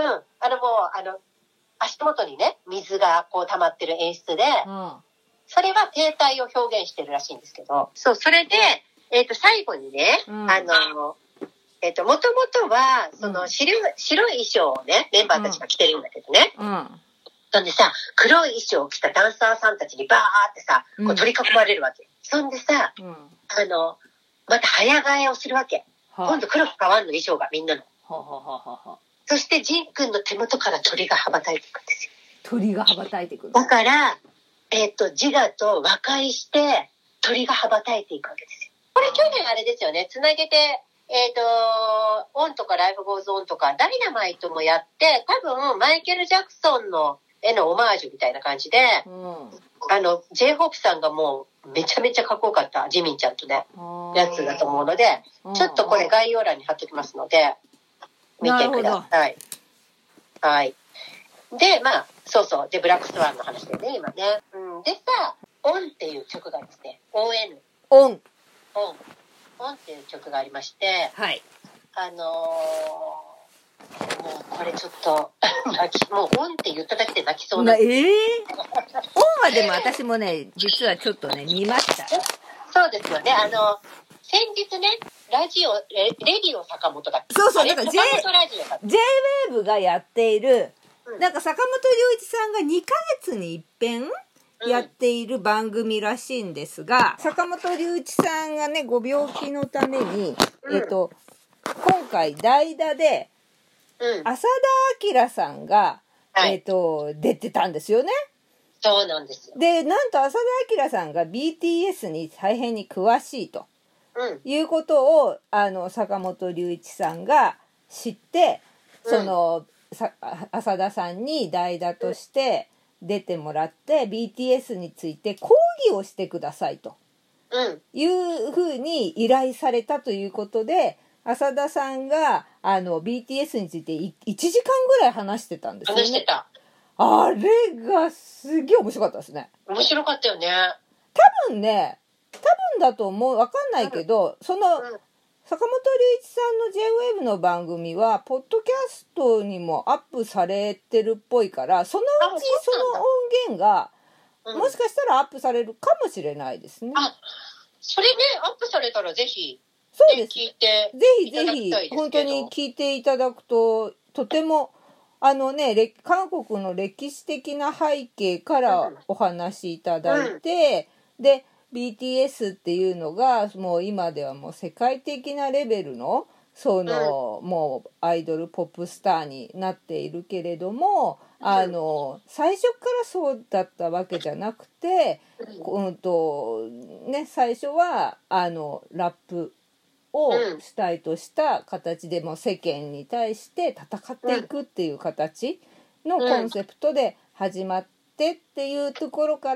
足元にね、水がこう溜まってる演出で、それは停滞を表現してるらしいんですけど、そう、それで、最後にね、もともとは、その白い衣装をね、メンバーたちが着てるんだけどね。そんでさ、黒い衣装を着たダンサーさんたちにバーってさ、こう取り囲まれるわけ。そんでさ、また早替えをするわけ。今度黒く変わるの衣装がみんなの。そしてジン君の手元から鳥が羽ばたいていくんですよ。 鳥が羽ばたいていく。 だから、自我と和解して鳥が羽ばたいていくわけですよ。これ去年あれですよね。つなげて、オンとかライブゴーズオンとかダイナマイトもやって、多分マイケル・ジャクソンのへのオマージュみたいな感じで、J-HOPE さんがもうめちゃめちゃかっこよかったジミンちゃんとねやつだと思うので、ちょっとこれ概要欄に貼っときますので見てください。はい。で、そうでブラックスワンの話でね今ね、でさ、オンっていう曲がですね、オンっていう曲がありまして、 はい。 もうこれちょっともうオンって言っただけで泣きそうな。 オンはでも私もね実はちょっとね見ました。 そうですよね。先日ねレディオ坂本だっけ。 そうだから J-WAVE がやっている、なんか坂本龍一さんが2ヶ月に一遍やっている番組らしいんですが、坂本龍一さんがねご病気のために、今回代打で浅田彰さんが、出てたんですよね。 そうなんですよ。 で、なんと浅田彰さんが BTS に大変に詳しいと、いうことを坂本龍一さんが知って、その浅田さんに代打として出てもらって BTS について講義をしてくださいと、いうふうに依頼されたということで、浅田さんがBTS について1時間ぐらい話してたんですよね。 話してた。 あれがすげえ面白かったですね。 面白かったよね。 多分だと思う、わかんないけど、その坂本龍一さんの J-WAVE の番組はポッドキャストにもアップされてるっぽいから、そのうちその音源がもしかしたらアップされるかもしれないですね。 それね、アップされたらぜひそうです。 聞いてぜひ本当に聞いていただくと、とても韓国の歴史的な背景からお話しいただいて、で BTS っていうのがもう今ではもう世界的なレベルのもうアイドルポップスターになっているけれども、 最初からそうだったわけじゃなくて、最初はラップを主体とした形でも世間に対して戦っていくっていう形のコンセプトで始まってっていうところから、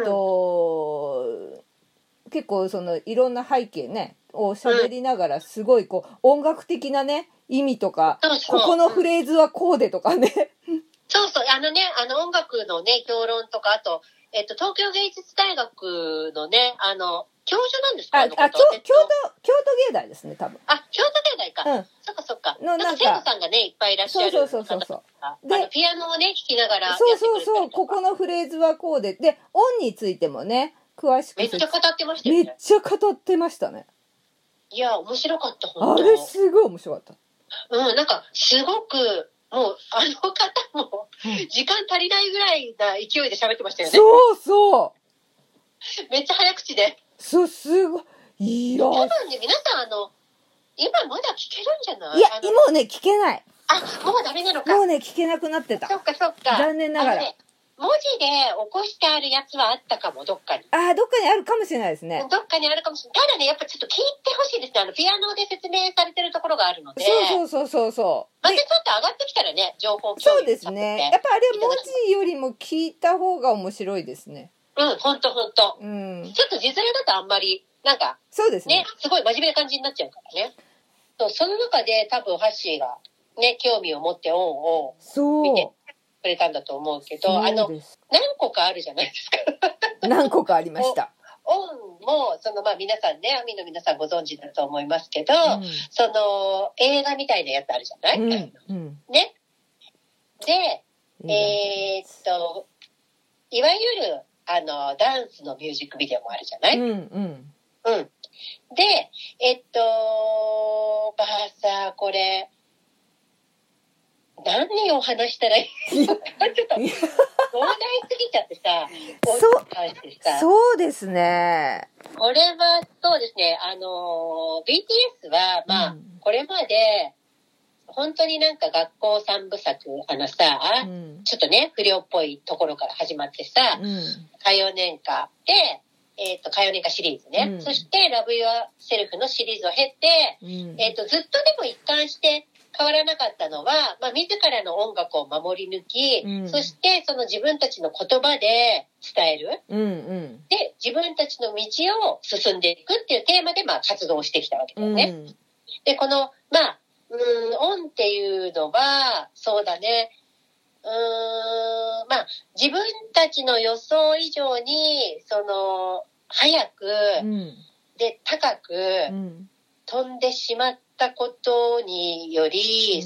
結構そのいろんな背景ねを喋りながら、すごいこう音楽的なね意味とか、ここのフレーズはこうでとかね。 そうそう、音楽のね評論とか、あと東京芸術大学のね教授なんですか？京都芸大ですね、多分。 京都芸大か。そっかそっか。なんか生徒さんがねいっぱいいらっしゃる。 そう。 でピアノをね弾きながらやってくれたりとか。 そう、ここのフレーズはこうで、で音についてもね詳しくめっちゃ語ってましたよね。 めっちゃ語ってましたね。 いや面白かった、本当。 あれすごい面白かった。 なんかすごくもう方も時間足りないぐらいな勢いで喋ってましたよね。 そうめっちゃ早口で。 そう、すごい。いや多分ね、皆さん今まだ聞けるんじゃない？ いやもうね聞けない。 もうダメなのか。 もうね聞けなくなってた。 そっか残念ながら。 文字で起こしてあるやつはあったかも、どっかに。 どっかにあるかもしれないですね。 どっかにあるかもしれない。ただね、やっぱちょっと聞いてほしいですね。ピアノで説明されてるところがあるので。 そう。 またちょっと上がってきたらね、情報共有そうですね。やっぱあれ文字よりも聞いた方が面白いですね。 ほんと。ちょっと字面だとあんまり、なんか、 そうですね。 すごい真面目な感じになっちゃうからね。その中で多分ハッシーがね、興味を持ってオンを見てくれたんだと思うけど、何個かあるじゃないですか。 何個かありました。 オンも、皆さんね、アミの皆さんご存知だと思いますけど、映画みたいなやつあるじゃない？ね。で、いわゆる、ダンスのミュージックビデオもあるじゃない？で、さ、これ、何を話したらいいのか、ちょっと、壮大すぎちゃってさ、 そうですね。 これは、そうですね、BTS は、これまで、本当になんか学校三部作、ちょっとね、不良っぽいところから始まってさ、歌謡年歌で、歌謡年歌シリーズね。そして、ラブ・ユア・セルフのシリーズを経て、ずっとでも一貫して変わらなかったのは、自らの音楽を守り抜き、そしてその自分たちの言葉で伝える。で、自分たちの道を進んでいくっていうテーマで、活動してきたわけだよね。で、この、オンっていうのは、そうだね、自分たちの予想以上に、早く、で、高く、飛んでしまったことにより、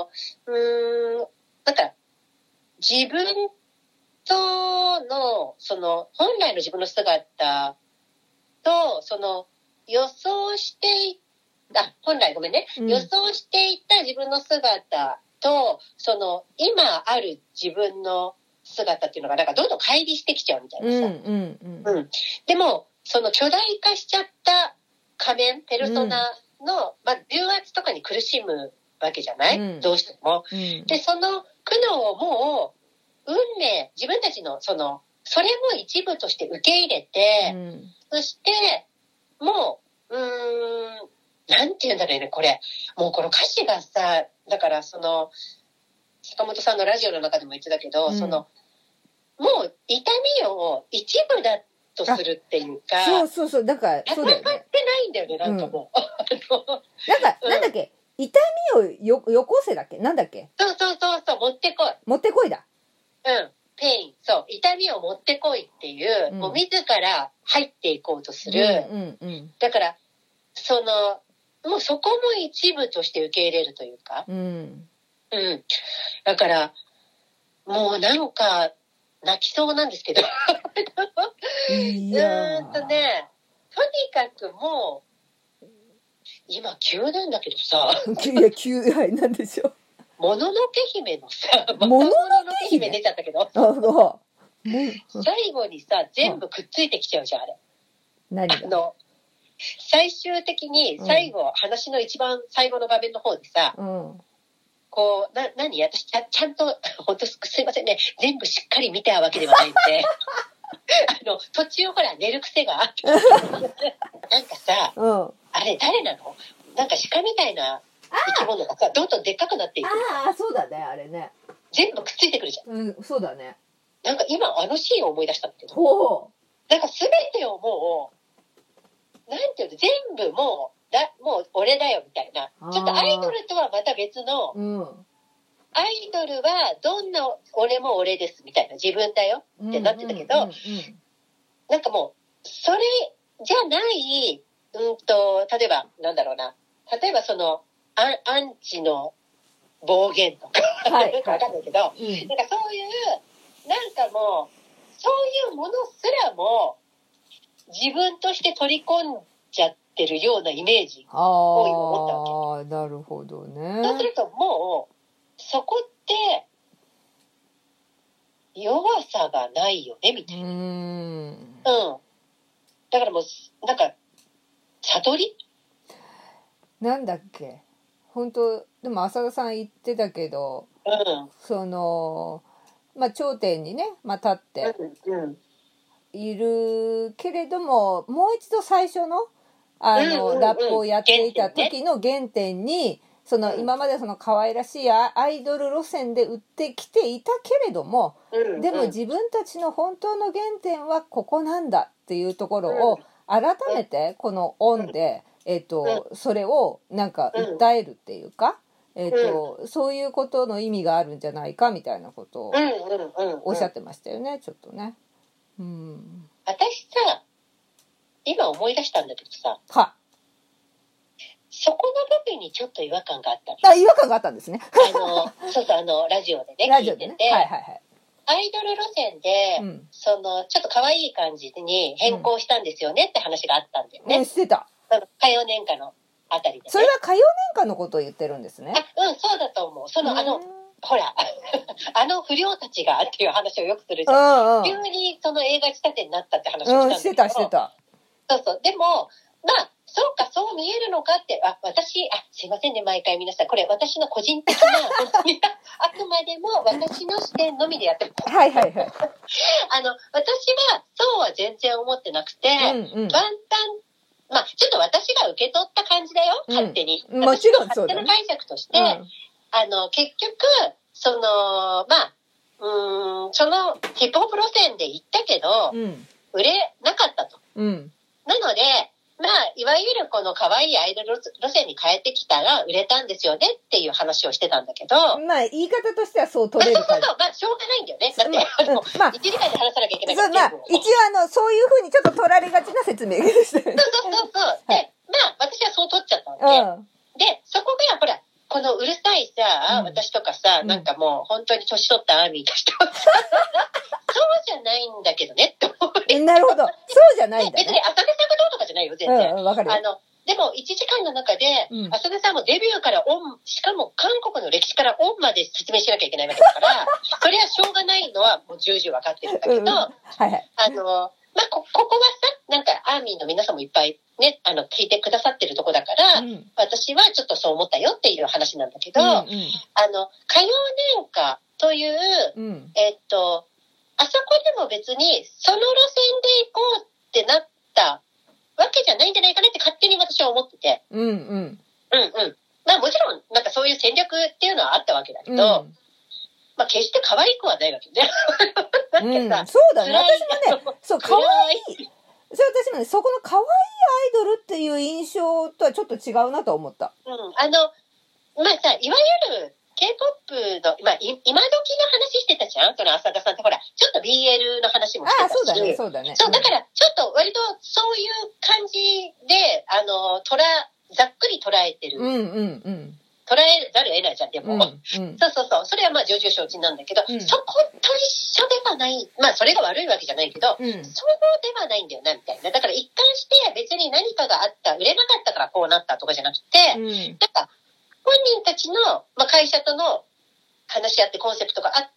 自分との、本来の自分の姿と、予想していた、本来ごめんね、予想していた自分の姿と、今ある自分の姿っていうのが、なんかどんどん乖離してきちゃうみたいなさ。でも、巨大化しちゃった仮面、ペルソナの、重圧とかに苦しむわけじゃない？どうしても。で、その苦悩をもう、運命、自分たちの、それも一部として受け入れて、そして、もう、なんて言うんだろうね、これ。もうこの歌詞がさ、だから坂本さんのラジオの中でも言ってたけど、もう痛みを一部だとするっていうか、 そう、だから、そうだよね。 戦ってないんだよね、なんかもう。 なんだっけ、痛みをよこせだっけ、なんだっけ。 そう、持ってこい。 持ってこいだ。 ペイン、そう、痛みを持ってこいっていう、もう自ら入っていこうとする。だから、もうそこも一部として受け入れるというか。だから、もうなんか、泣きそうなんですけど。とにかくもう、今急なんだけどさ。 いや、急、なんでしょう。 もののけ姫のさ、もののけ姫出ちゃったけど。最後にさ、全部くっついてきちゃうじゃん、あれ。 何が？ 最終的に、話の一番最後の画面の方でさ、 こう、私ちゃんと、本当すいませんね、全部しっかり見たわけではないので、途中ほら寝る癖があって、なんかさ、あれ誰なの？なんか鹿みたいな生き物がさ、どんどんでっかくなっていく。 ああ、そうだね、あれね。 全部くっついてくるじゃん。 うん、そうだね。 なんか今シーンを思い出したんだけど、なんか全てをもう、なんていうの、全部もう俺だよみたいな。ちょっとアイドルとはまた別の、アイドルはどんな俺も俺ですみたいな、自分だよってなってたけど、なんかもう、それじゃない、例えば、なんだろうな。例えばその、アンチの暴言とか、わかんないけど、なんかそういう、なんかもう、そういうものすらも、自分として取り込んじゃってるようなイメージを今思ったわけ。 なるほどね。 そうするともう、そこって、弱さがないよね、みたいな。だからもう、なんか、悟り？ なんだっけ。本当でも浅田さん言ってたけど、その、まあ頂点にね、立っているけれども、もう一度最初の、ラップをやっていた時の原点に、その今までその可愛らしいアイドル路線で売ってきていたけれども、でも自分たちの本当の原点はここなんだっていうところを改めてこのオンで、それをなんか訴えるっていうか、そういうことの意味があるんじゃないかみたいなことをおっしゃってましたよね、ちょっとね。 私さ、今思い出したんだけどさ、そこの部分にちょっと違和感があったの。 違和感があったんですね。 そうそう、ラジオでね、聞いてて、アイドル路線で、その、ちょっと可愛い感じに変更したんですよねって話があったんだよね。 してた。 歌謡年歌のあたりで、ね。 それは歌謡年歌のことを言ってるんですね。 そうだと思う。ほら、不良たちがっていう話をよくするじゃん。急にその映画仕立てになったって話をしたんだけど。 してた。 そうそう。でも、そうか、そう見えるのかって、すいませんね、毎回皆さん。これ、私の個人的な、本当に、あくまでも私の視点のみでやってます。私は、そうは全然思ってなくて、万端、ちょっと私が受け取った感じだよ、勝手に。 もちろんそうだ、ね。 勝手な解釈として、結局、そのヒップホップ路線で行ったけど、売れなかったと。なので、いわゆるこの可愛いアイドル路線に変えてきたら売れたんですよねっていう話をしてたんだけど。 言い方としてはそう取れるから。 しょうがないんだよね。だって、1時間で話さなきゃいけないから。 一応そういうふうにちょっと取られがちな説明でしたよね。 そう。で、私はそう取っちゃったわけ。で、そこが、ほら、このうるさいさ、私とかさ、なんかもう本当に年取ったアーミーとしてはさ、そうじゃないんだけどねって思う。 なるほど。そうじゃないんだね。 別に浅田さんがどうとかじゃないよ、全然。 わかる。 でも1時間の中で、浅田さんもデビューからしかも韓国の歴史からオンまで説明しなきゃいけないわけだから、それはしょうがないのはもう重々わかってるんだけど、ここはさ、なんかアーミーの皆さんもいっぱいね、聞いてくださってるとこだから、私はちょっとそう思ったよっていう話なんだけど、歌謡年歌という、あそこでも別にその路線で行こうってなったわけじゃないんじゃないかなって勝手に私は思ってて。もちろん、なんかそういう戦略っていうのはあったわけだけど、決して可愛くはないわけね。 そうだね。私もね、そう、可愛い。私もね、そこの可愛いアイドルっていう印象とはちょっと違うなと思った。 いわゆる K-POP の、今時の話してたじゃん？その浅田さんってほら、ちょっと BL の話もしてたし。 そうだね。 そう、だからちょっと割とそういう感じで、ざっくり捉えてる。捉えざるを得ないじゃん、でも。そう。それは重々承知なんだけど、そこと一緒ではない。それが悪いわけじゃないけど、そうではないんだよな、みたいな。だから一貫して別に何かがあった、売れなかったからこうなったとかじゃなくて、なんか、本人たちの、会社との話し合ってコンセプトがあって、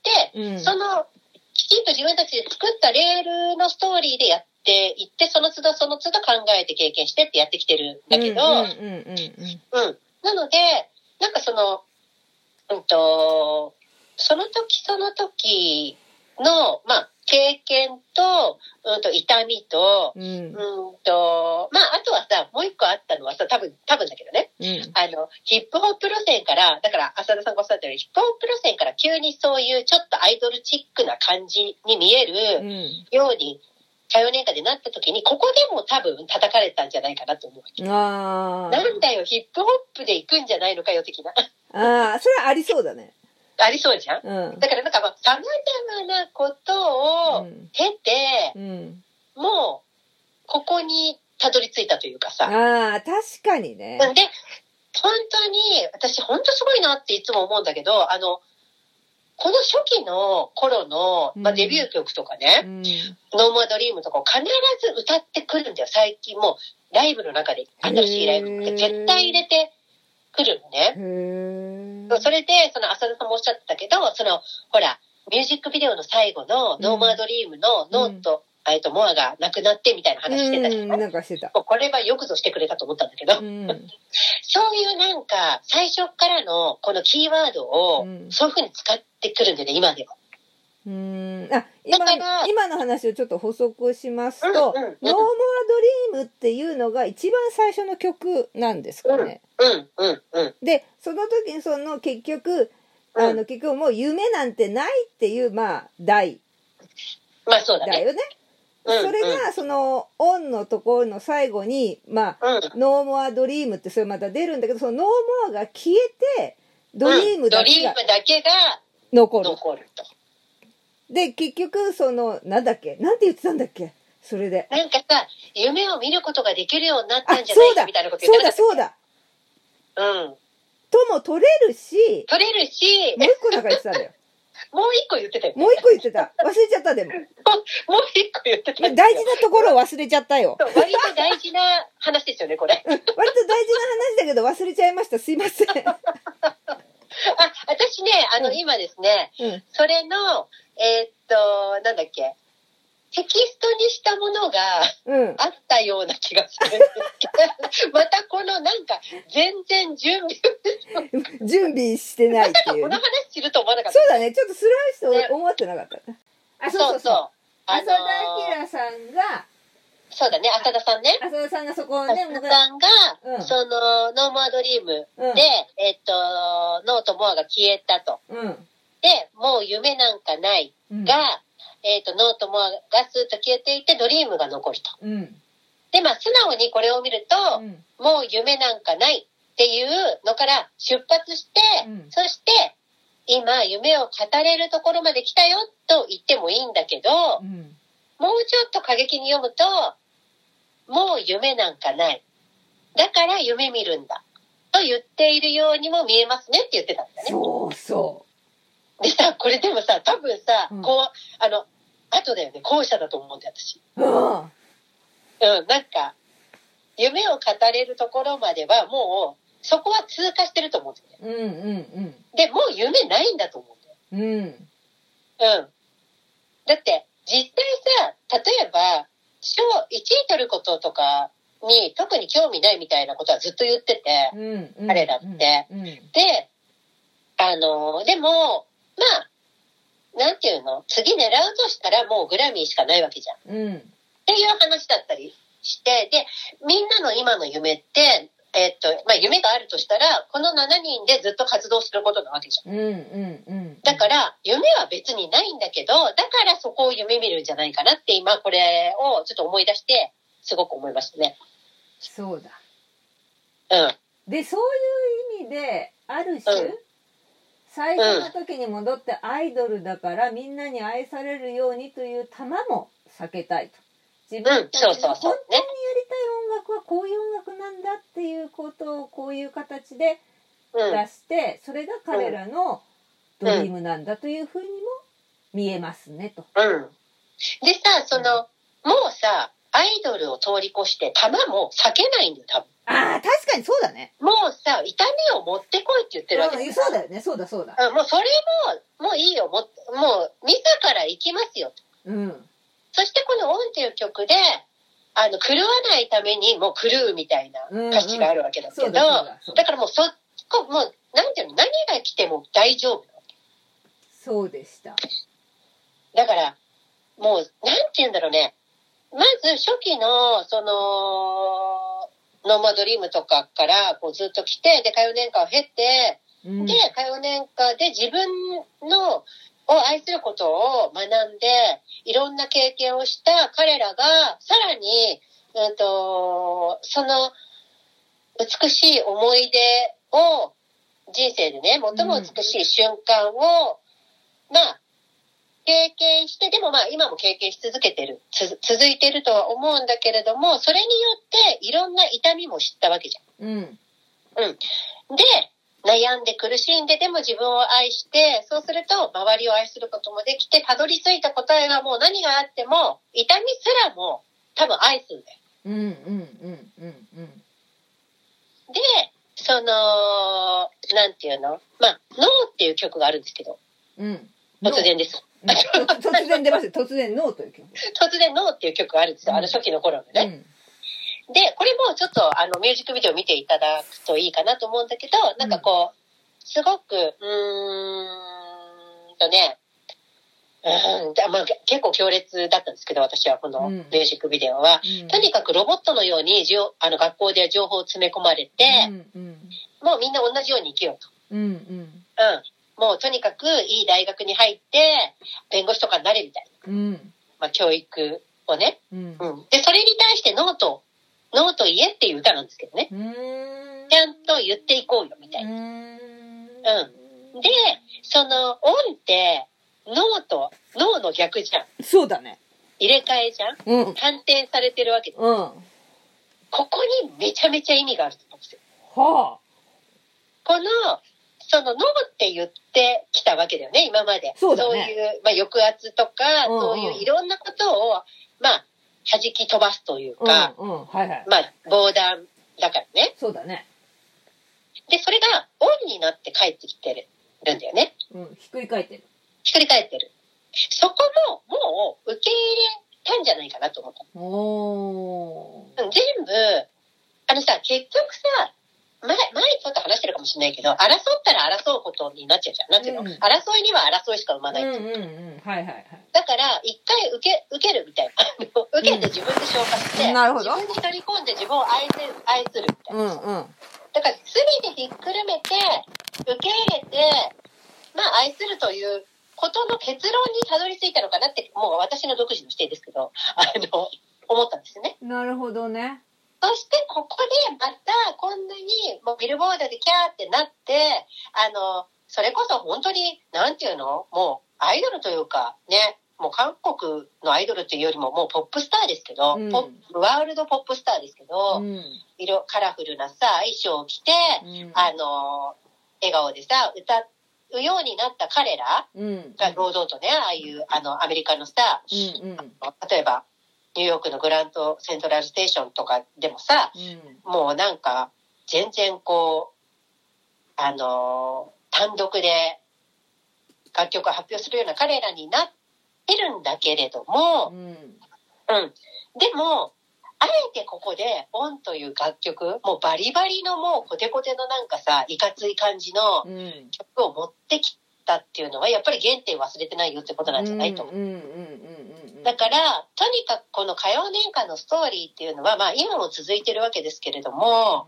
きちんと自分たちで作ったレールのストーリーでやっていって、その都度考えて経験してってやってきてるんだけど、なので、なんかその、アイドル路線で、アイドルその時その時の、まあ、経験と、痛みと、まあ、あとはさ、もう一個あったのはさ、多分だけどね、ヒップホップ路線から、だから、浅田さんがおっしゃったように、ヒップホップ路線から急にそういうちょっとアイドルチックな感じに見えるように、歌謡年間でなった時に、ここでも多分叩かれたんじゃないかなと思う。なんだよ、ヒップホップで行くんじゃないのかよ、的な。 それはありそうだね。 ありそうじゃん、だからなんかまあ、様々なことを経て、もう、ここにたどり着いたというかさ。 確かにね。 で、本当に、私本当すごいなっていつも思うんだけど、この初期の頃の、まあ、デビュー曲とかね、No More Dream とかを必ず歌ってくるんだよ。最近もう、ライブの中で、新しいライブって絶対入れてくるのね。それで、浅田さんもおっしゃってたけど、ほら、ミュージックビデオの最後の No More Dream のノート、モアが亡くなってみたいな話してたじゃない？ なんかしてた。 これはよくぞしてくれたと思ったんだけど、そういうなんか、最初からのこのキーワードを、そういう風に使ってくるんでね、今では。 今の話をちょっと補足しますと、No More Dream っていうのが一番最初の曲なんですかね。で、その時に結局、結局もう夢なんてないっていう、まあ、題。 まあそうだね。 だよね。それがオンのところの最後にまあ、ノーモアドリームってそれまた出るんだけど、そのノーモアが消えてドリームだけが残ると。で結局なんだっけ、なんて言ってたんだっけ、それでなんかさ、夢を見ることができるようになったんじゃないかみたいなこと言ってた。 そうだとも取れるしもう一個なんか言ってたんだよ。 もう一個言ってたよ。 もう一個言ってた。忘れちゃった、でも。 もう一個言ってた。 大事なところを忘れちゃったよ。 割と大事な話ですよね、これ。 割と大事な話だけど忘れちゃいました。すいません。 私ね、今ですね、それの、なんだっけ、テキストにしたものがあったような気がするんですけど、またこのなんか全然準備してないっていう。 この話すると思わなかった。 そうだね、ちょっとスライスと思ってなかった。そう。浅田明さんが、 そうだね、浅田さんね。 浅田さんがそこをね、 浅田さんが、ノーモアドリームで、ノーとモアが消えたと。で、もう夢なんかないが、ノーとモアがスーッと消えていて、ドリームが残ると。で、まあ、素直にこれを見ると、もう夢なんかないっていうのから出発して、そして、今、夢を語れるところまで来たよと言ってもいいんだけど、もうちょっと過激に読むと、もう夢なんかない。だから夢見るんだ。と言っているようにも見えますねって言ってたんだね。 そう。 でさ、これでもさ、多分さ、後だよね、後者だと思うんだよ、私。なんか、夢を語れるところまではもう、そこは通過してると思うんだよね。で、もう夢ないんだと思うんだよ。だって、実際さ、例えば、1位取ることとかに特に興味ないみたいなことはずっと言ってて、彼らって。で、でも、まあ、なんていうの？次狙うとしたらもうグラミーしかないわけじゃん。っていう話だったりして、で、みんなの今の夢って、まあ、夢があるとしたら、この7人でずっと活動することなわけじゃん。だから、夢は別にないんだけど、だからそこを夢見るんじゃないかなって今これをちょっと思い出して、すごく思いましたね。 そうだ。で、そういう意味で、ある種、最初の時に戻ってアイドルだからみんなに愛されるようにという玉も避けたいと。自分たちの本当にやりたい音楽はこういう音楽なんだっていうことをこういう形で出して、それが彼らのドリームなんだというふうにも見えますねと。 でさ、もうさ、アイドルを通り越して玉も避けないんだよ、多分。 確かにそうだね。 もうさ、痛みを持ってこいって言ってるわけです。そうだよね、そうだ。 もうそれもういいよ、もう自ら行きますよ。そしてこのオンっていう曲で、狂わないためにもう狂うみたいな歌詞があるわけだけど、だからもうもうなんていうの、何が来ても大丈夫。 そうでした。 だから、もう、なんて言うんだろうね。まず初期の、ノーマドリームとかからこうずっと来て、で、歌謡年歌を経て、で、歌謡年歌で自分を愛することを学んで、いろんな経験をした彼らが、さらに、その美しい思い出を、人生でね、最も美しい瞬間を、まあ、経験して、でもまあ今も経験し続けてる、続いてるとは思うんだけれども、それによっていろんな痛みも知ったわけじゃん。うん。で、悩んで苦しんででも自分を愛して、そうすると周りを愛することもできて、たどり着いた答えがもう何があっても、痛みすらも多分愛するんだよ。で、なんていうの？まあ、ノーっていう曲があるんですけど、突然です。 突然出ました。突然ノーという曲。 突然ノーっていう曲があるんですよ。初期の頃のね。で、これもちょっとミュージックビデオ見ていただくといいかなと思うんだけど、なんかこう、すごく、まあ、結構強烈だったんですけど、私はこのミュージックビデオは。とにかくロボットのように学校で情報を詰め込まれて、もうみんな同じように生きようと。もうとにかくいい大学に入って、弁護士とかになれみたいな。まあ、教育をね。で、それに対してノーと言えっていう歌なんですけどね。ちゃんと言っていこうよ、みたいな。で、オンって、ノーの逆じゃん。 そうだね。 入れ替えじゃん。反転されてるわけです。ここにめちゃめちゃ意味があると思うんですよ。このノーって言ってきたわけだよね、今まで。そういう、まあ、抑圧とか、そういういろんなことを、まあ、弾き飛ばすというか、まあ、防弾だからね。 そうだね。 で、それがオンになって帰ってきてるんだよね。 ひっくり返ってる。 そこも、もう、受け入れたんじゃないかなと思った。全部、結局さ、前ちょっと話してるかもしれないけど、争ったら争うことになっちゃうじゃん。なんていうの、争いには争いしか生まないっていう。だから、一回受けるみたいな。受けて自分で消化して、自分に取り込んで自分を愛するみたいな。だから、すべてひっくるめて、受け入れて、まあ、愛するということの結論にたどり着いたのかなって、もう私の独自の視点ですけど、思ったんですよね。 なるほどね。 そしてここでまたこんなにもうビルボードでキャーってなって、それこそ本当に、なんていうの？もうアイドルというかね、もう韓国のアイドルっていうよりももうポップスターですけど、ワールドポップスターですけど、カラフルなさ、衣装を着て、笑顔でさ、歌うようになった彼らが堂々とね、ああいうアメリカのさ、例えば、ニューヨークのグランドセントラルステーションとかでもさ、もうなんか全然こう単独で楽曲を発表するような彼らになってるんだけれども、でもあえてここでオンという楽曲、もうバリバリのもうコテコテのなんかさ、いかつい感じの曲を持ってきたっていうのはやっぱり原点忘れてないよってことなんじゃないと思う。だから、とにかくこの歌謡年歌のストーリーっていうのは、まあ今も続いてるわけですけれども、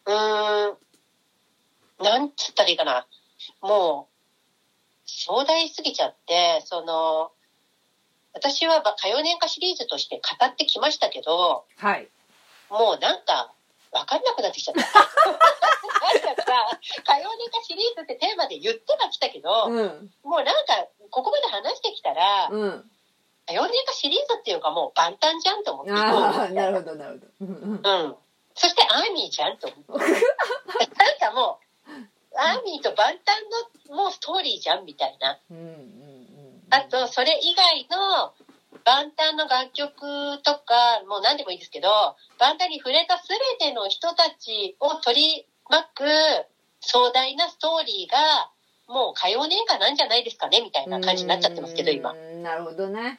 なんつったらいいかな。もう、壮大すぎちゃって、私は歌謡年歌シリーズとして語ってきましたけど、もうなんか、わかんなくなってきちゃった。なんかさ、歌謡年歌シリーズってテーマで言ってはきたけど、もうなんか、ここまで話してきたら、歌謡年歌シリーズっていうかもう万端じゃんと思って。 なるほど。 そしてアーミーじゃんと思って。なんかもう、アーミーと万端のもうストーリーじゃんみたいな。あと、それ以外の万端の楽曲とか、もう何でもいいですけど、万端に触れた全ての人たちを取り巻く壮大なストーリーが、もう歌謡年歌なんじゃないですかねみたいな感じになっちゃってますけど、今。 なるほどね。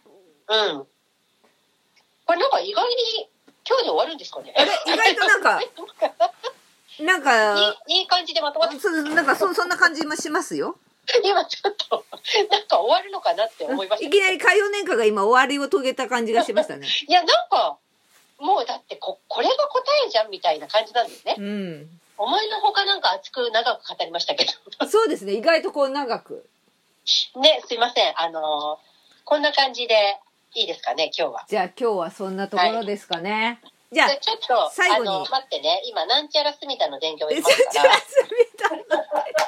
これなんか意外に今日で終わるんですかね。 意外となんかなんか、 いい感じでまとまって。 なんかそんな感じもしますよ。 今ちょっと、なんか終わるのかなって思いました。 いきなり海洋年間が今終わりを遂げた感じがしましたね。 いや、なんか、もうだってこれが答えじゃんみたいな感じなんですね。 うん。 思いのほかなんか熱く長く語りましたけど。 そうですね。意外とこう長く。 ね、すいません。こんな感じでいいですかね、今日は。 じゃあ今日はそんなところですかね。はい、じゃあ、 ちょっと、 最後に。 待ってね。今、なんちゃらすみたの電源を入れますから。なんちゃらすみた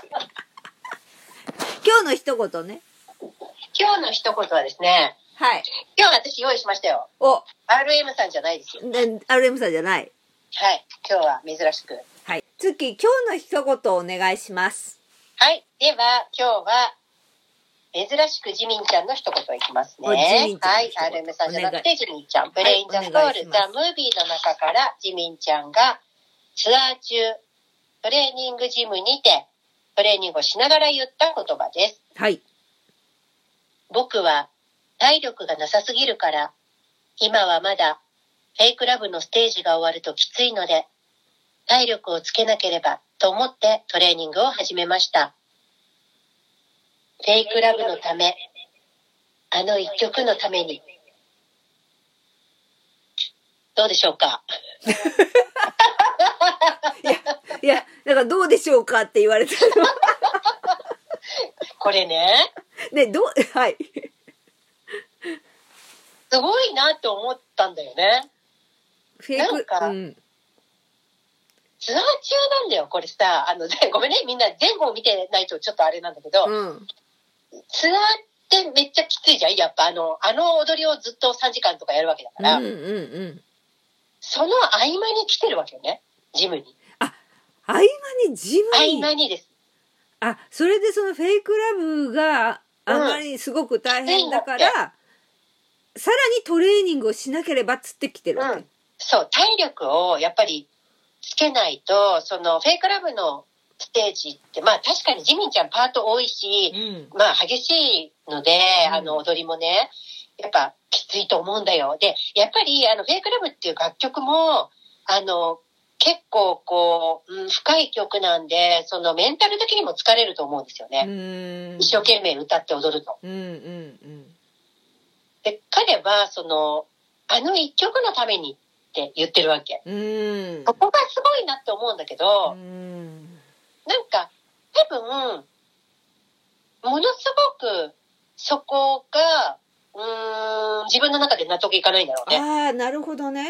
今日の一言ね。 今日の一言はですね。 はい。 今日私用意しましたよ。RM さんじゃないですよ。 RM さんじゃない。 はい。今日は珍しく。 はい。月、今日の一言お願いします。 はい。では、今日は、珍しくジミンちゃんの一言いきますね。はい。RM さんじゃなくてジミンちゃん。ブレインザストール、ザ・ムービーの中からジミンちゃんがツアー中、トレーニングジムにてトレーニングをしながら言った言葉です。 はい。 僕は体力がなさすぎるから、今はまだフェイクラブのステージが終わるときついので、体力をつけなければと思ってトレーニングを始めました。フェイクラブのため、あの一曲のために。どうでしょうかいや、だからどうでしょうかって言われたの。 これね。 ね、はい。 すごいなって思ったんだよね。 フェイク、 なんか、ツアー中なんだよ、これさ。ごめんね、みんな前後を見てないとちょっとあれなんだけど、ツアーってめっちゃきついじゃん。やっぱ踊りをずっと3時間とかやるわけだから、その合間に来てるわけよね、ジムに。 あ、合間にジムに。 合間にです。 あ、それでそのフェイクラブがあまりすごく大変だから、さらにトレーニングをしなければっつって来てるわけ。 そう、体力をやっぱりつけないと、そのフェイクラブのステージって、まあ確かにジミンちゃんパート多いし、まあ激しいので、踊りもね、やっぱきついと思うんだよ。で、やっぱりフェイクラブっていう楽曲も、結構こう、深い曲なんで、そのメンタル的にも疲れると思うんですよね。一生懸命歌って踊ると。で、彼は、一曲のためにって言ってるわけ。そこがすごいなって思うんだけど、なんか、多分、ものすごく、そこが、自分の中で納得いかないんだろうね。 ああ、なるほどね。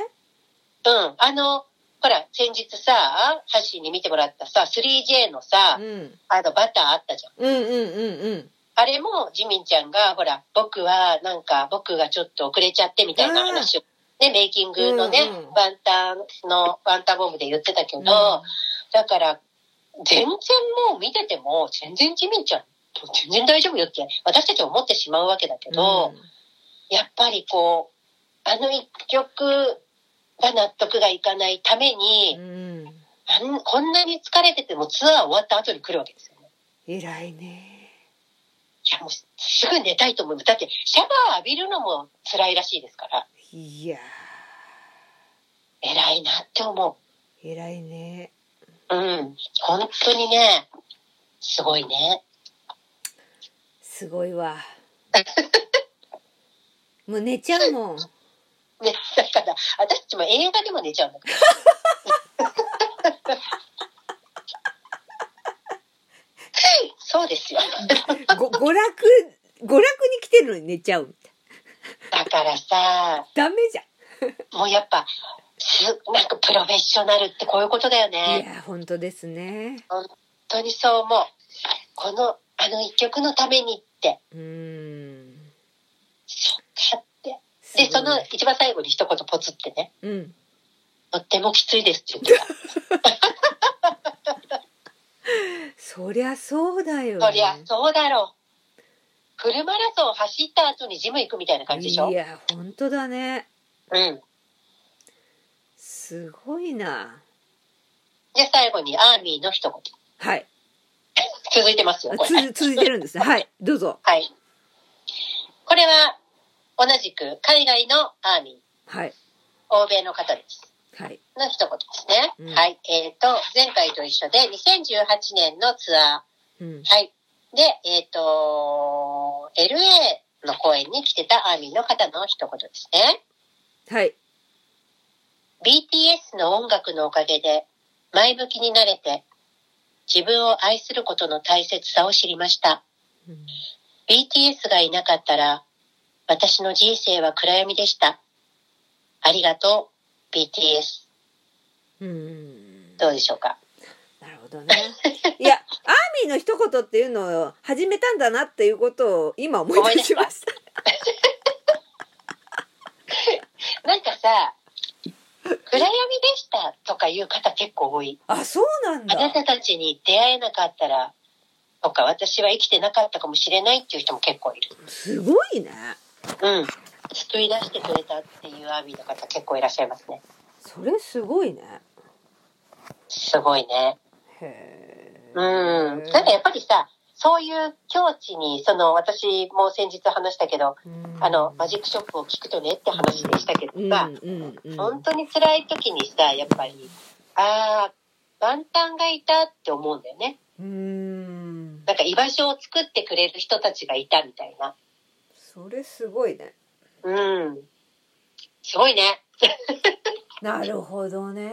ほら、先日さ、ハッシーに見てもらったさ、3J のさ、バターあったじゃん。あれも、ジミンちゃんが、ほら、僕がちょっと遅れちゃってみたいな話を、ね、メイキングのね、ワンタンボムで言ってたけど、だから、全然もう見てても、全然ジミンちゃん、全然大丈夫よって、私たちは思ってしまうわけだけど、やっぱりこう、一曲が納得がいかないために、こんなに疲れててもツアー終わった後に来るわけですよね。 偉いね。 いや、もうすぐ寝たいと思う。だって、シャワー浴びるのも辛いらしいですから。 いやー。偉いなって思う。 偉いね。 本当にね、すごいね。 すごいわ。もう寝ちゃうもん。 ね、だから、私たちも映画でも寝ちゃうんだから。そうですよ。 娯楽に来てるのに寝ちゃう。 だからさ、 ダメじゃん。もうやっぱ、なんかプロフェッショナルってこういうことだよね。 いや、本当ですね。 本当にそう思う。一曲のためにって。そっかって。で、その一番最後に一言ポツってね。とってもきついですって言ってた。 そりゃそうだよ、 ね。そりゃそうだろう。フルマラソン走った後にジム行くみたいな感じでしょ。 いや、本当だね。すごいな。 で、最後にアーミーの一言。 はい。 続いてますよ、これ。 続いてるんですね。はい、どうぞ。 はい。これは、同じく海外のアーミー。 はい。 欧米の方です。 の一言ですね。うん、はい。前回と一緒で、2018年のツアー。うん、はい。で、LA の公演に来てたアーミーの方の一言ですね。 はい。 BTS の音楽のおかげで、前向きになれて、自分を愛することの大切さを知りました。うん、BTS がいなかったら、私の人生は暗闇でした。ありがとう、BTS。どうでしょうか。 なるほどね。いや、アーミーの一言っていうのを始めたんだなっていうことを今思い出しました。 なんかさ、暗闇でしたとかいう方結構多い。 あ、そうなんだ。 あなたたちに出会えなかったらとか、私は生きてなかったかもしれないっていう人も結構いる。 すごいね。 うん。救い出してくれたっていうアーミーの方結構いらっしゃいますね。 それすごいね。 すごいね。 へー。なんかやっぱりさ、そういう境地に、私も先日話したけど、マジックショップを聞くとねって話でしたけどさ、本当に辛い時にさ、やっぱり、万端がいたって思うんだよね。なんか居場所を作ってくれる人たちがいたみたいな。 それすごいね。 すごいね。 なるほどね。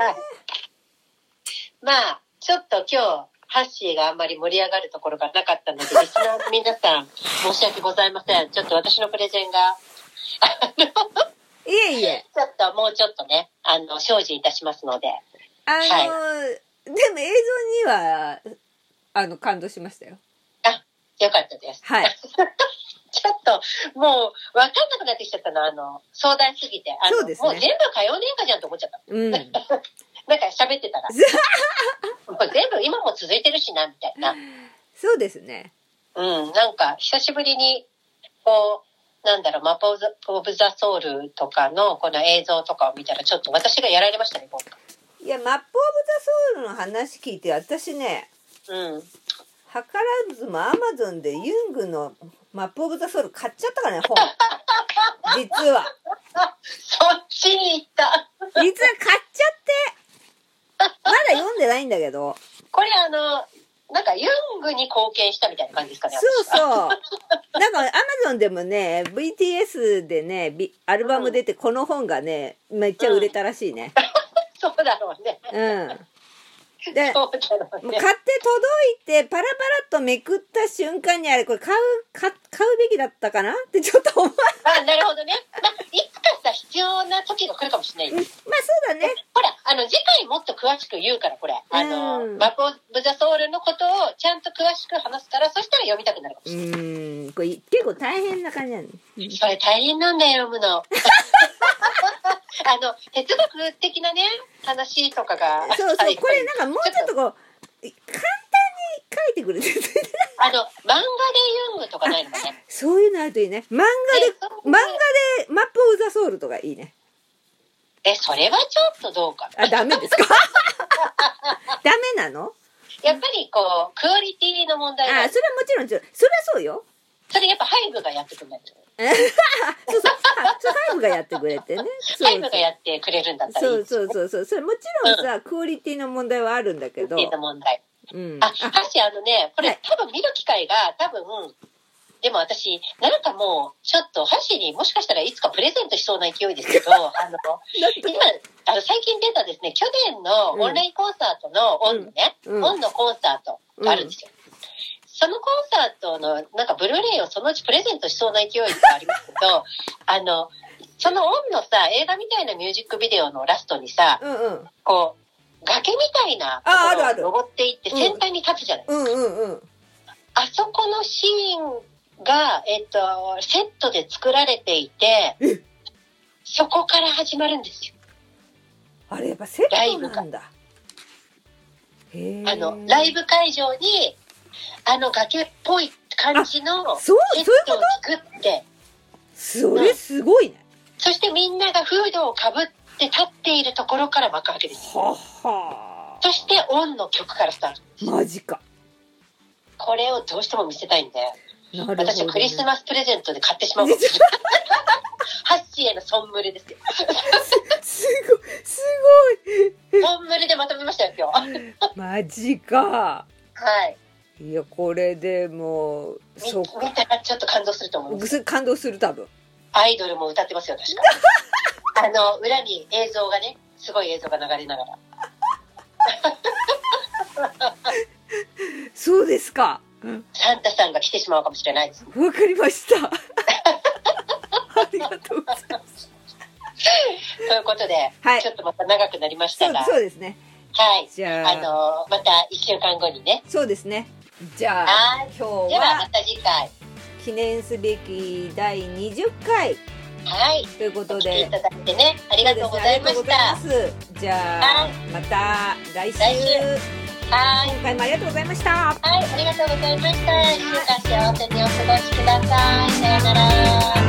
まあ、ちょっと今日、ハッシーがあんまり盛り上がるところがなかったので、リスナーの皆さん、申し訳ございません。ちょっと私のプレゼンが、 いえいえ。 ちょっと、もうちょっとね、精進いたしますので。 でも映像には、感動しましたよ。 あ、よかったです。 はい。 ちょっと、もう、わかんなくなってきちゃったの、壮大すぎて。 そうですね。 もう全部歌謡年歌じゃんと思っちゃった。なんか喋ってたら。もう全部今も続いてるしな、みたいな。 そうですね。 なんか、久しぶりに、マップオブザソウルとかのこの映像とかを見たら、ちょっと私がやられましたね、今回。 いや、マップオブザソウルの話聞いて、私ね、図らずもアマゾンでユングのマップオブザソウル買っちゃったからね、本。実は。 そっちに行った。 実は買っちゃって。まだ読んでないんだけど。 これなんかユングに貢献したみたいな感じですかね。 そうそう。なんかアマゾンでもね、BTS でね、アルバム出てこの本がね、めっちゃ売れたらしいね。 そうだろうね。 で、買って届いてパラパラっとめくった瞬間にこれ買うべきだったかなってちょっと思う。 なるほどね。いつかさ必要な時が来るかもしれない。 そうだね。 ほら次回もっと詳しく言うからこれマップオブザソウルのことをちゃんと詳しく話すから、そしたら読みたくなるかもしれない。 これ結構大変な感じなの。 それ大変なんだよ、読むの。哲学的なね話とかがそうこれなんかもうちょっと簡単に書いてくれてる。 漫画でユングとかないのかね。 そういうのあるといいね。漫画でマップオブザソウルとかいいね。 それはちょっとどうかな。 ダメですか？ダメなの？ やっぱりクオリティの問題。 それはもちろんそれはそうよ。 それやっぱハイブがやってくれないと。 そうハイブがやってくれてね。 ハイブがやってくれるんだったらいいですね。 そうそれもちろんさ、クオリティの問題はあるんだけど。 クオリティの問題。これ多分見る機会がでも私なんかもうちょっとハッシーにもしかしたらいつかプレゼントしそうな勢いですけど今最近出たですね、去年のオンラインコンサートのオンのコンサートがあるんですよ。そのコンサートのなんかブルーレイをそのうちプレゼントしそうな勢いがありますけどそのオンのさ映画みたいなミュージックビデオのラストにさ、崖みたいなところを登っていって先端に立つじゃないですか。あそこのシーンが、セットで作られていて、そこから始まるんですよ。 あれやっぱセットなんだ。 ライブ会場に崖っぽい感じのセットを作って、 それすごいね。 そしてみんながフードをかぶって立っているところから幕開けです。そしてオンの曲からスタート。 マジか。 これをどうしても見せたいんで、私はクリスマスプレゼントで買ってしまうかもしれない。ハッシーへのソンムレですよ。 す盛りでまとめましたよ、今日。 マジか。 はい。 いや、これでもう、 見たらちょっと感動すると思います。 感動する、多分。 アイドルも歌ってますよ、確か。裏に映像がね、すごい映像が流れながら。 そうですか。 サンタさんが来てしまうかもしれないです。 わかりました。ありがとうございます。 ということで、はい、ちょっとまた長くなりましたが。 そうですね。 はい。 じゃあ、 また1週間後にね。 そうですね。じゃあ、今日は。 ではまた次回。 記念すべき第20回。 はい。 ということで。 来ていただいてね、ありがとうございました。 じゃあ、また来週。 はい。 今回もありがとうございました。 はい、ありがとうございました。1週間幸せにお過ごしください。さようなら。